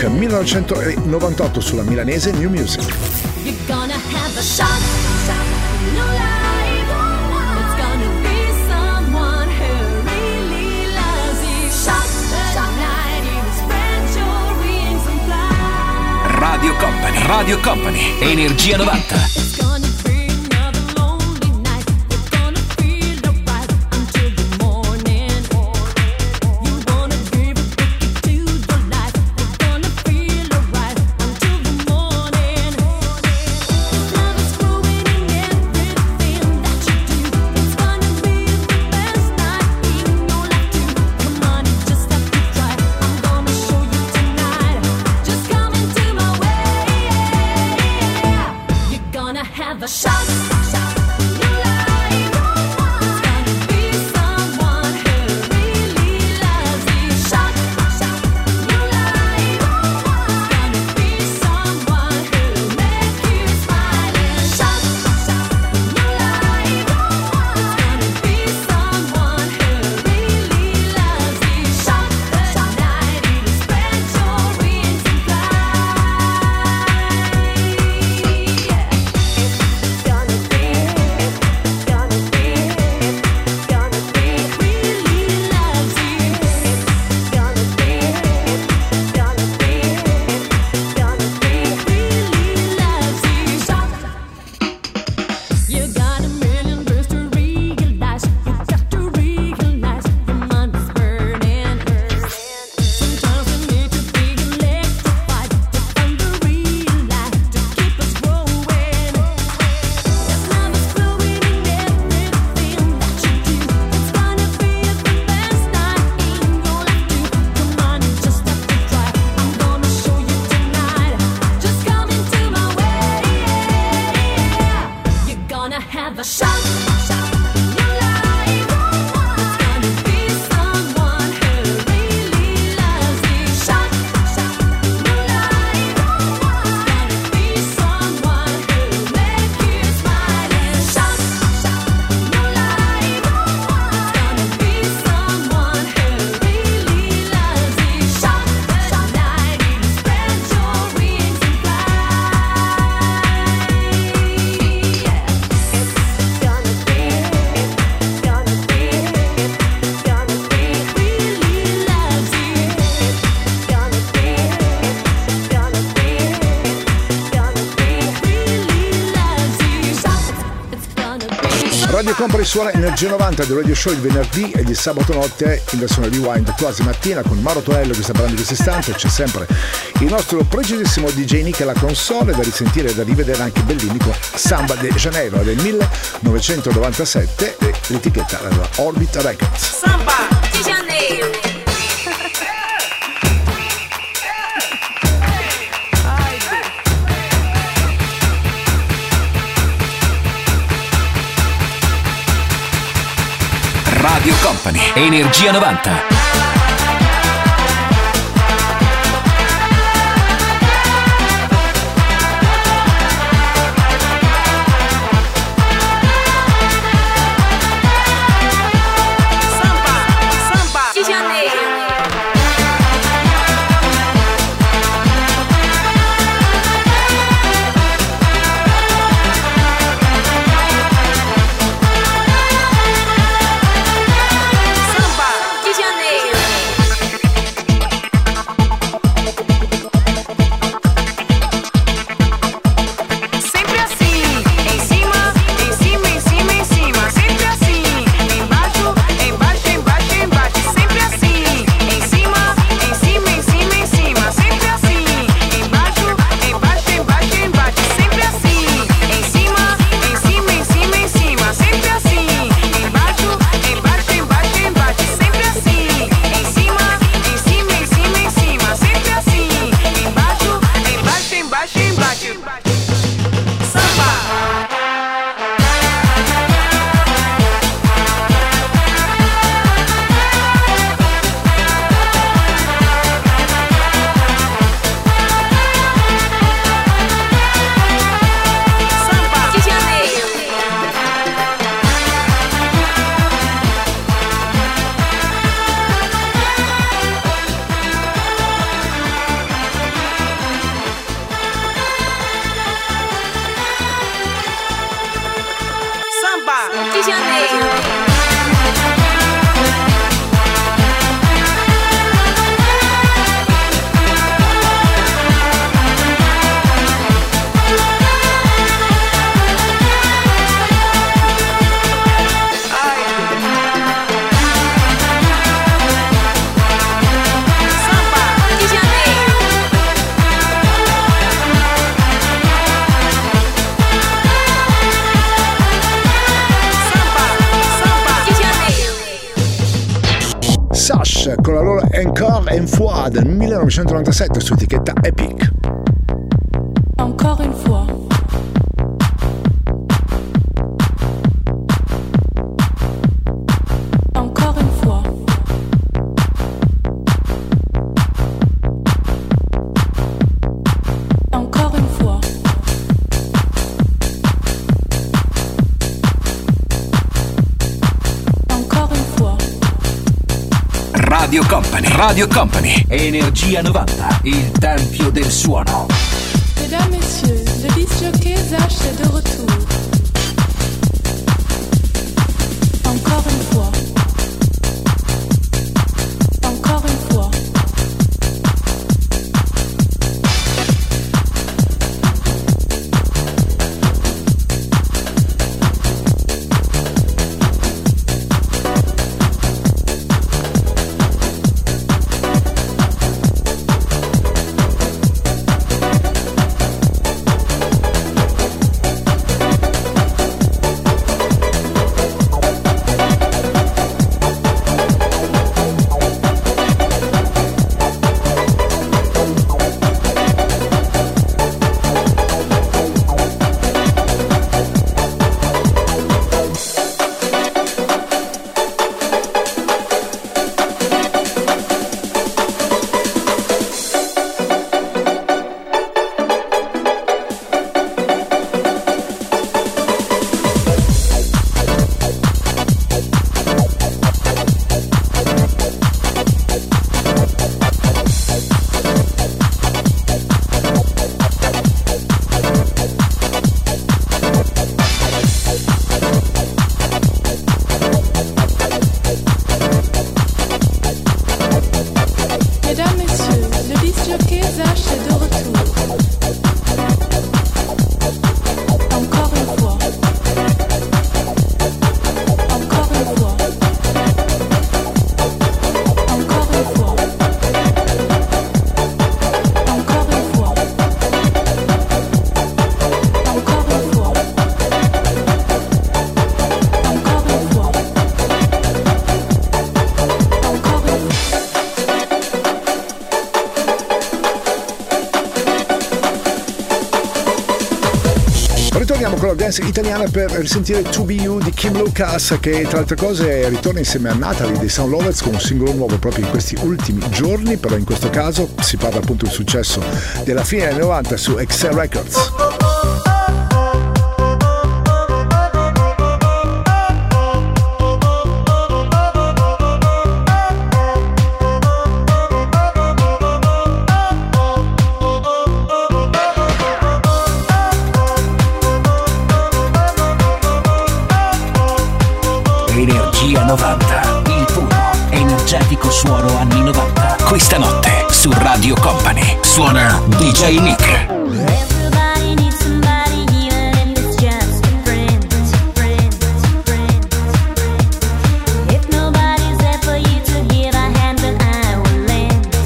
Rock 1998 sulla milanese New Music. You're gonna have a shock, no lie. It's gonna be someone who really loves you. Shock, night, you spread your wings and fly. Radio Company, Energia 90. It's gonna be another lonely night. You're gonna feel alright until the morning. You wanna give a ticket to your life. You're gonna feel alright until the morning. Love is growing in everything that you do. It's gonna be the best night in your life too. Come on, you just have to try. I'm gonna show you tonight. Just come into my way. You're gonna have a shot. No lie. It's gonna be someone who really loves you. Shot. No lie. It's gonna be someone who make you smile. Shot. No lie. It's gonna be someone who really loves you. Shot. Tonight you spread your wings and You got a million ways to realize. You got to realize your mind is burning. Sometimes we need to be electrified to find the real light to keep us growing. This love is flowing in everything that you do. It's gonna be the best night in your life too. Come on, you just have to try. I'm gonna show you tonight. Just come into my way. You're gonna have a shot. No lie. It's gonna be someone who really loves you. Shot. No lie. It's gonna be someone who make you smile. Shot. No lie. It's gonna be someone who really loves you. Shot. Tonight you spread your wings and Radio Company suona Energia 90 del Radio Show il venerdì e il sabato notte in versione rewind quasi mattina con Mauro Tonello che sta parlando in questo istante. C'è sempre il nostro precisissimo DJ Nick alla console da risentire e da rivedere anche bellini con Samba de Janeiro del 1997 e l'etichetta era Orbit Records. Samba de Janeiro. Radio Company, Energia 90. Janeiro. Sash con la loro Encore une fois del 1997 su etichetta Epic. Encore une fois. Encore une fois. Encore une fois. Encore une fois. Radio Company, Energia 90, il tempio del suono. Mesdames, Messieurs, le disc-jockey Zach est de retour. Encore une fois. Encore une fois. Ritorniamo con la dance italiana per risentire To Be You di Kim Lucas, che tra le altre cose ritorna insieme a Natalie dei Sound Lovers con un singolo nuovo proprio in questi ultimi giorni, però in questo caso si parla appunto del successo della fine anni 90 su Excel Records. Energia 90, il puro, energetico suono anni 90. Questa notte su Radio Company suona DJ Nick. Everybody needs somebody, even if it's just a friend, friend, friend. If nobody's there for you to give a hand, then I will lend.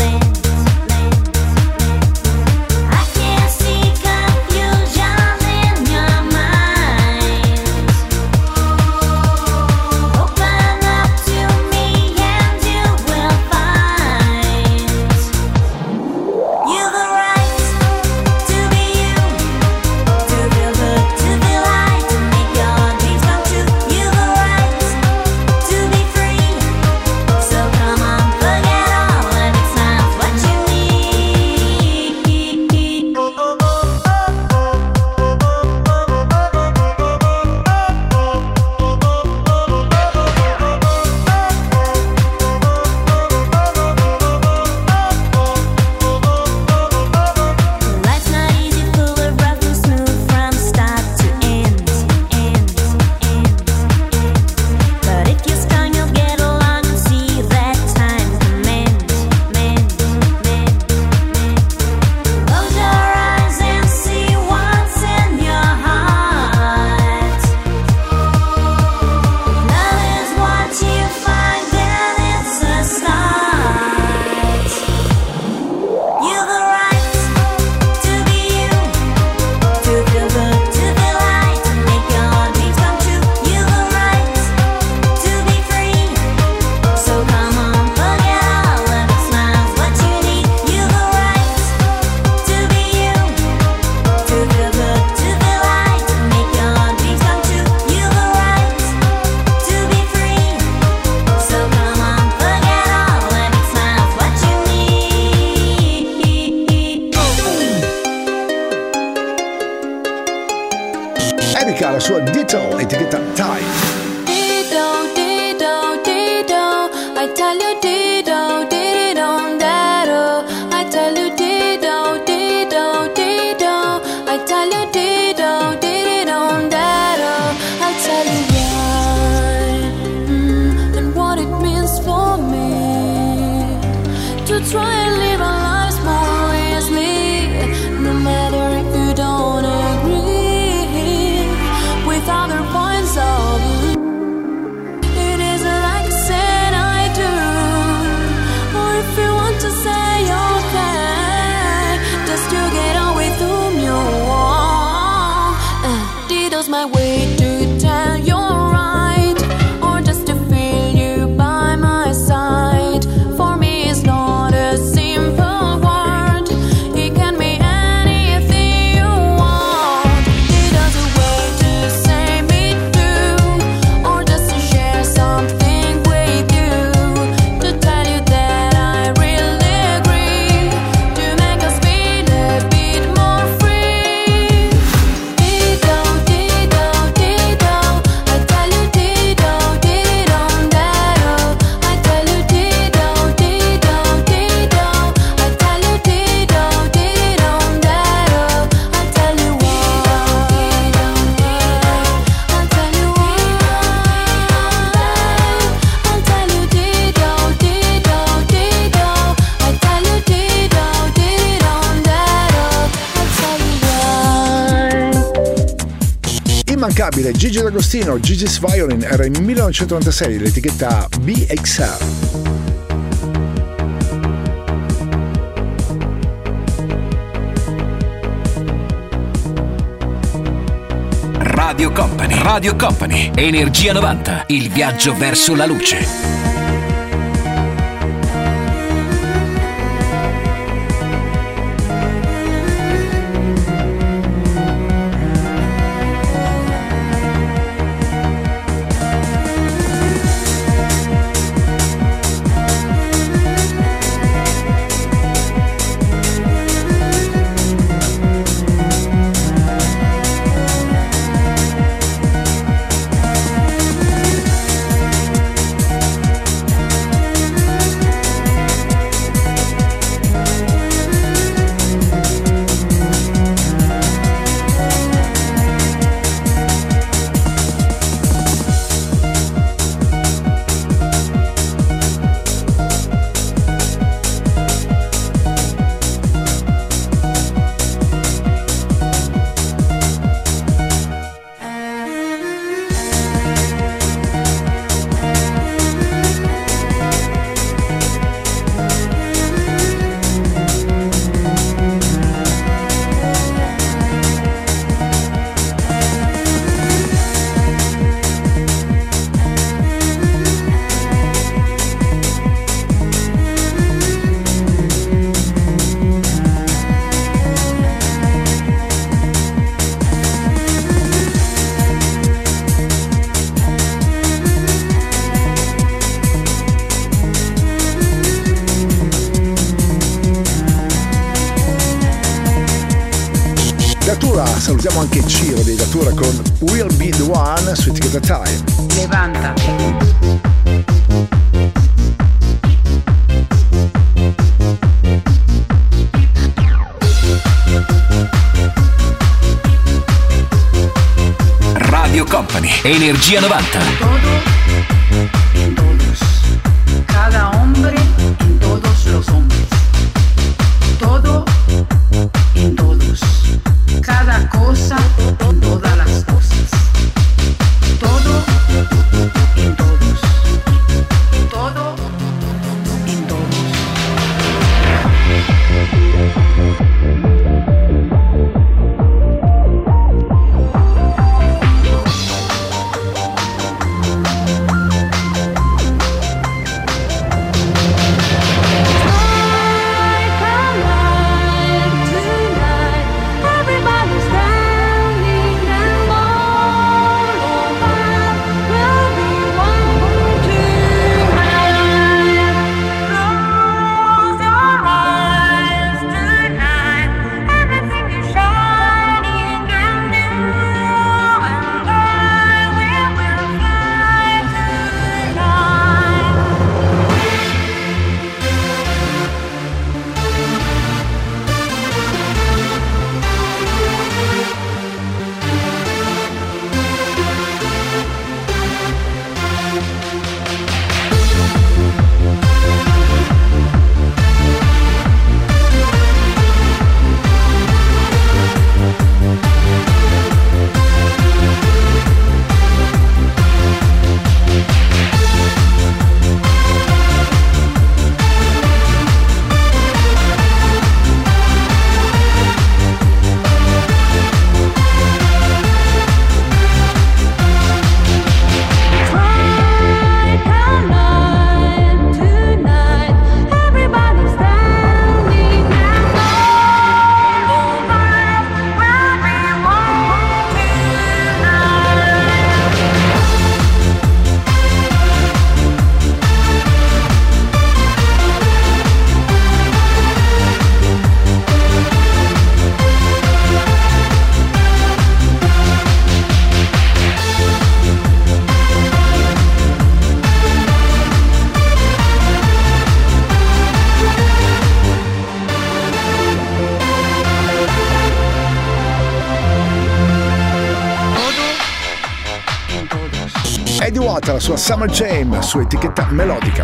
I can see confusion in your mind. Open up to me and you will find you've the right to sua Ditto, etichetta Time. Dido, dido, dido, I tell you dido, dido, dado. I tell you dido, dido, dido, I tell you dido, dido, dado. I tell you why, and what it means for me to try and live our lives more easily, no matter if you don't agree with other points of view. It isn't like saying I do, or if you want to say okay, just to get on with whom you want. Dido's my way to tell you're right, or just to feel you by my side. For me, it's not a simple word. It can be anything you want. Dido's a way to say me too, or just to share something with you, to tell you that I really agree, to make us feel a bit more free. Dido, dido, dido, I tell you dido, dido, dado. I tell you dido, dido, dido, I tell you dido, dido, dado. I tell you why, I tell you why, I tell you dido, dido, dido, I tell you dido, dido, dado. I tell you why. Immancabile Gigi D'Agostino, Gigi's Violin, era in 1996, l'etichetta BXR. Radio Company, Energia 90, il viaggio verso la luce. Salutiamo anche Ciro di Datura con Will Be The One su etichetta Time. Levántate. Radio Company, Energia 90. Todo en todos. Cada hombre en todos los hombres. Todo en todos. Cada cosa en todas las cosas. Todo en todos. Todo en todos. Scott, la sua Summer Jam su etichetta melodica.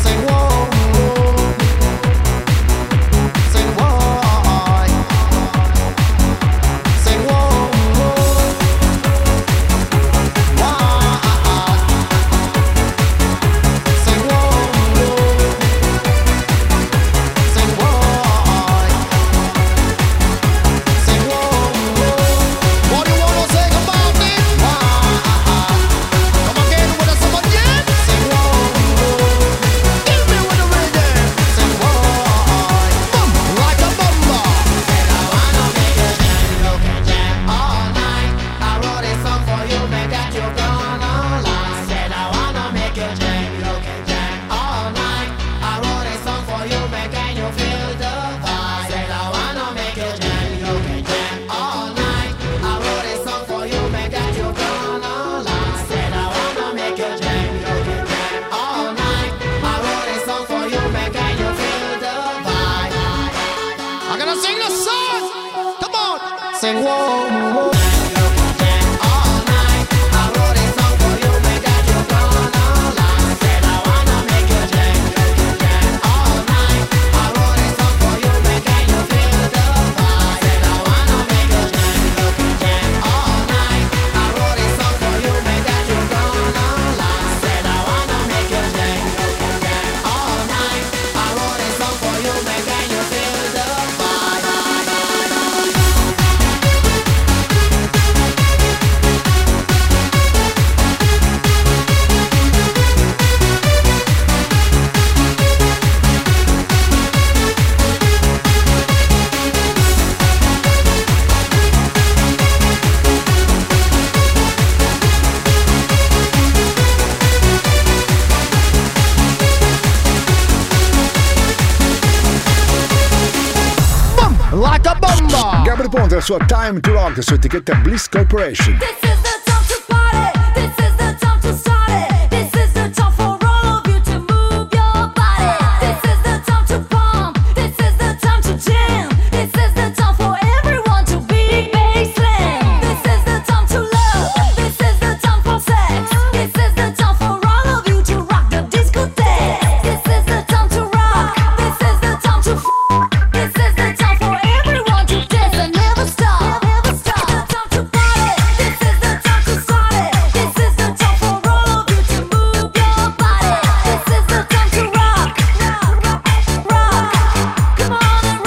Gabri Ponte, la sua Time to Rock su etichetta Bliss Corporation. This is the time to party. This is the time to start it. This is the time for all of you to move your body. This is the time to pump. This is the time to jam. This is the time for everyone to be baseline. This is the time to love. This is the time for sex. This is the time for all of you to rock the discotheque. This is the time to rock. This is the time to This is the time for everyone to dance and never stop. Never stop. Time to party. This is the time to start it. This is the time for all of you to move your body. This is the time to rock. Rock, rock. Come on and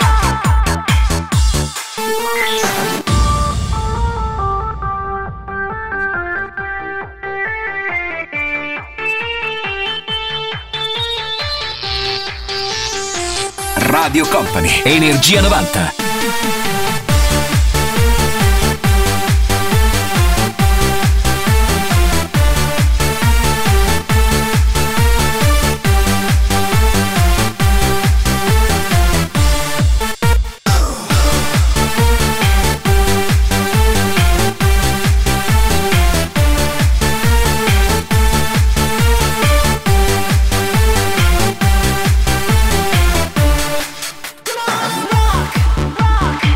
Radio Company, Energia 90. rock, rock.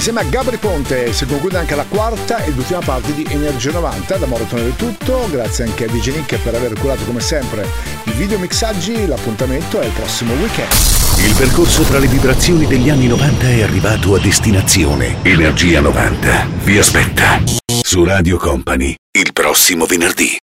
Insieme a Gabri Ponte si conclude anche la quarta ed ultima parte di Energia 90. Da Mauro Tonello è tutto, grazie anche a DJ Nick per aver curato come sempre i video mixaggi. L'appuntamento è il prossimo weekend. Il percorso tra le vibrazioni degli anni 90 è arrivato a destinazione. Energia 90 vi aspetta su Radio Company il prossimo venerdì.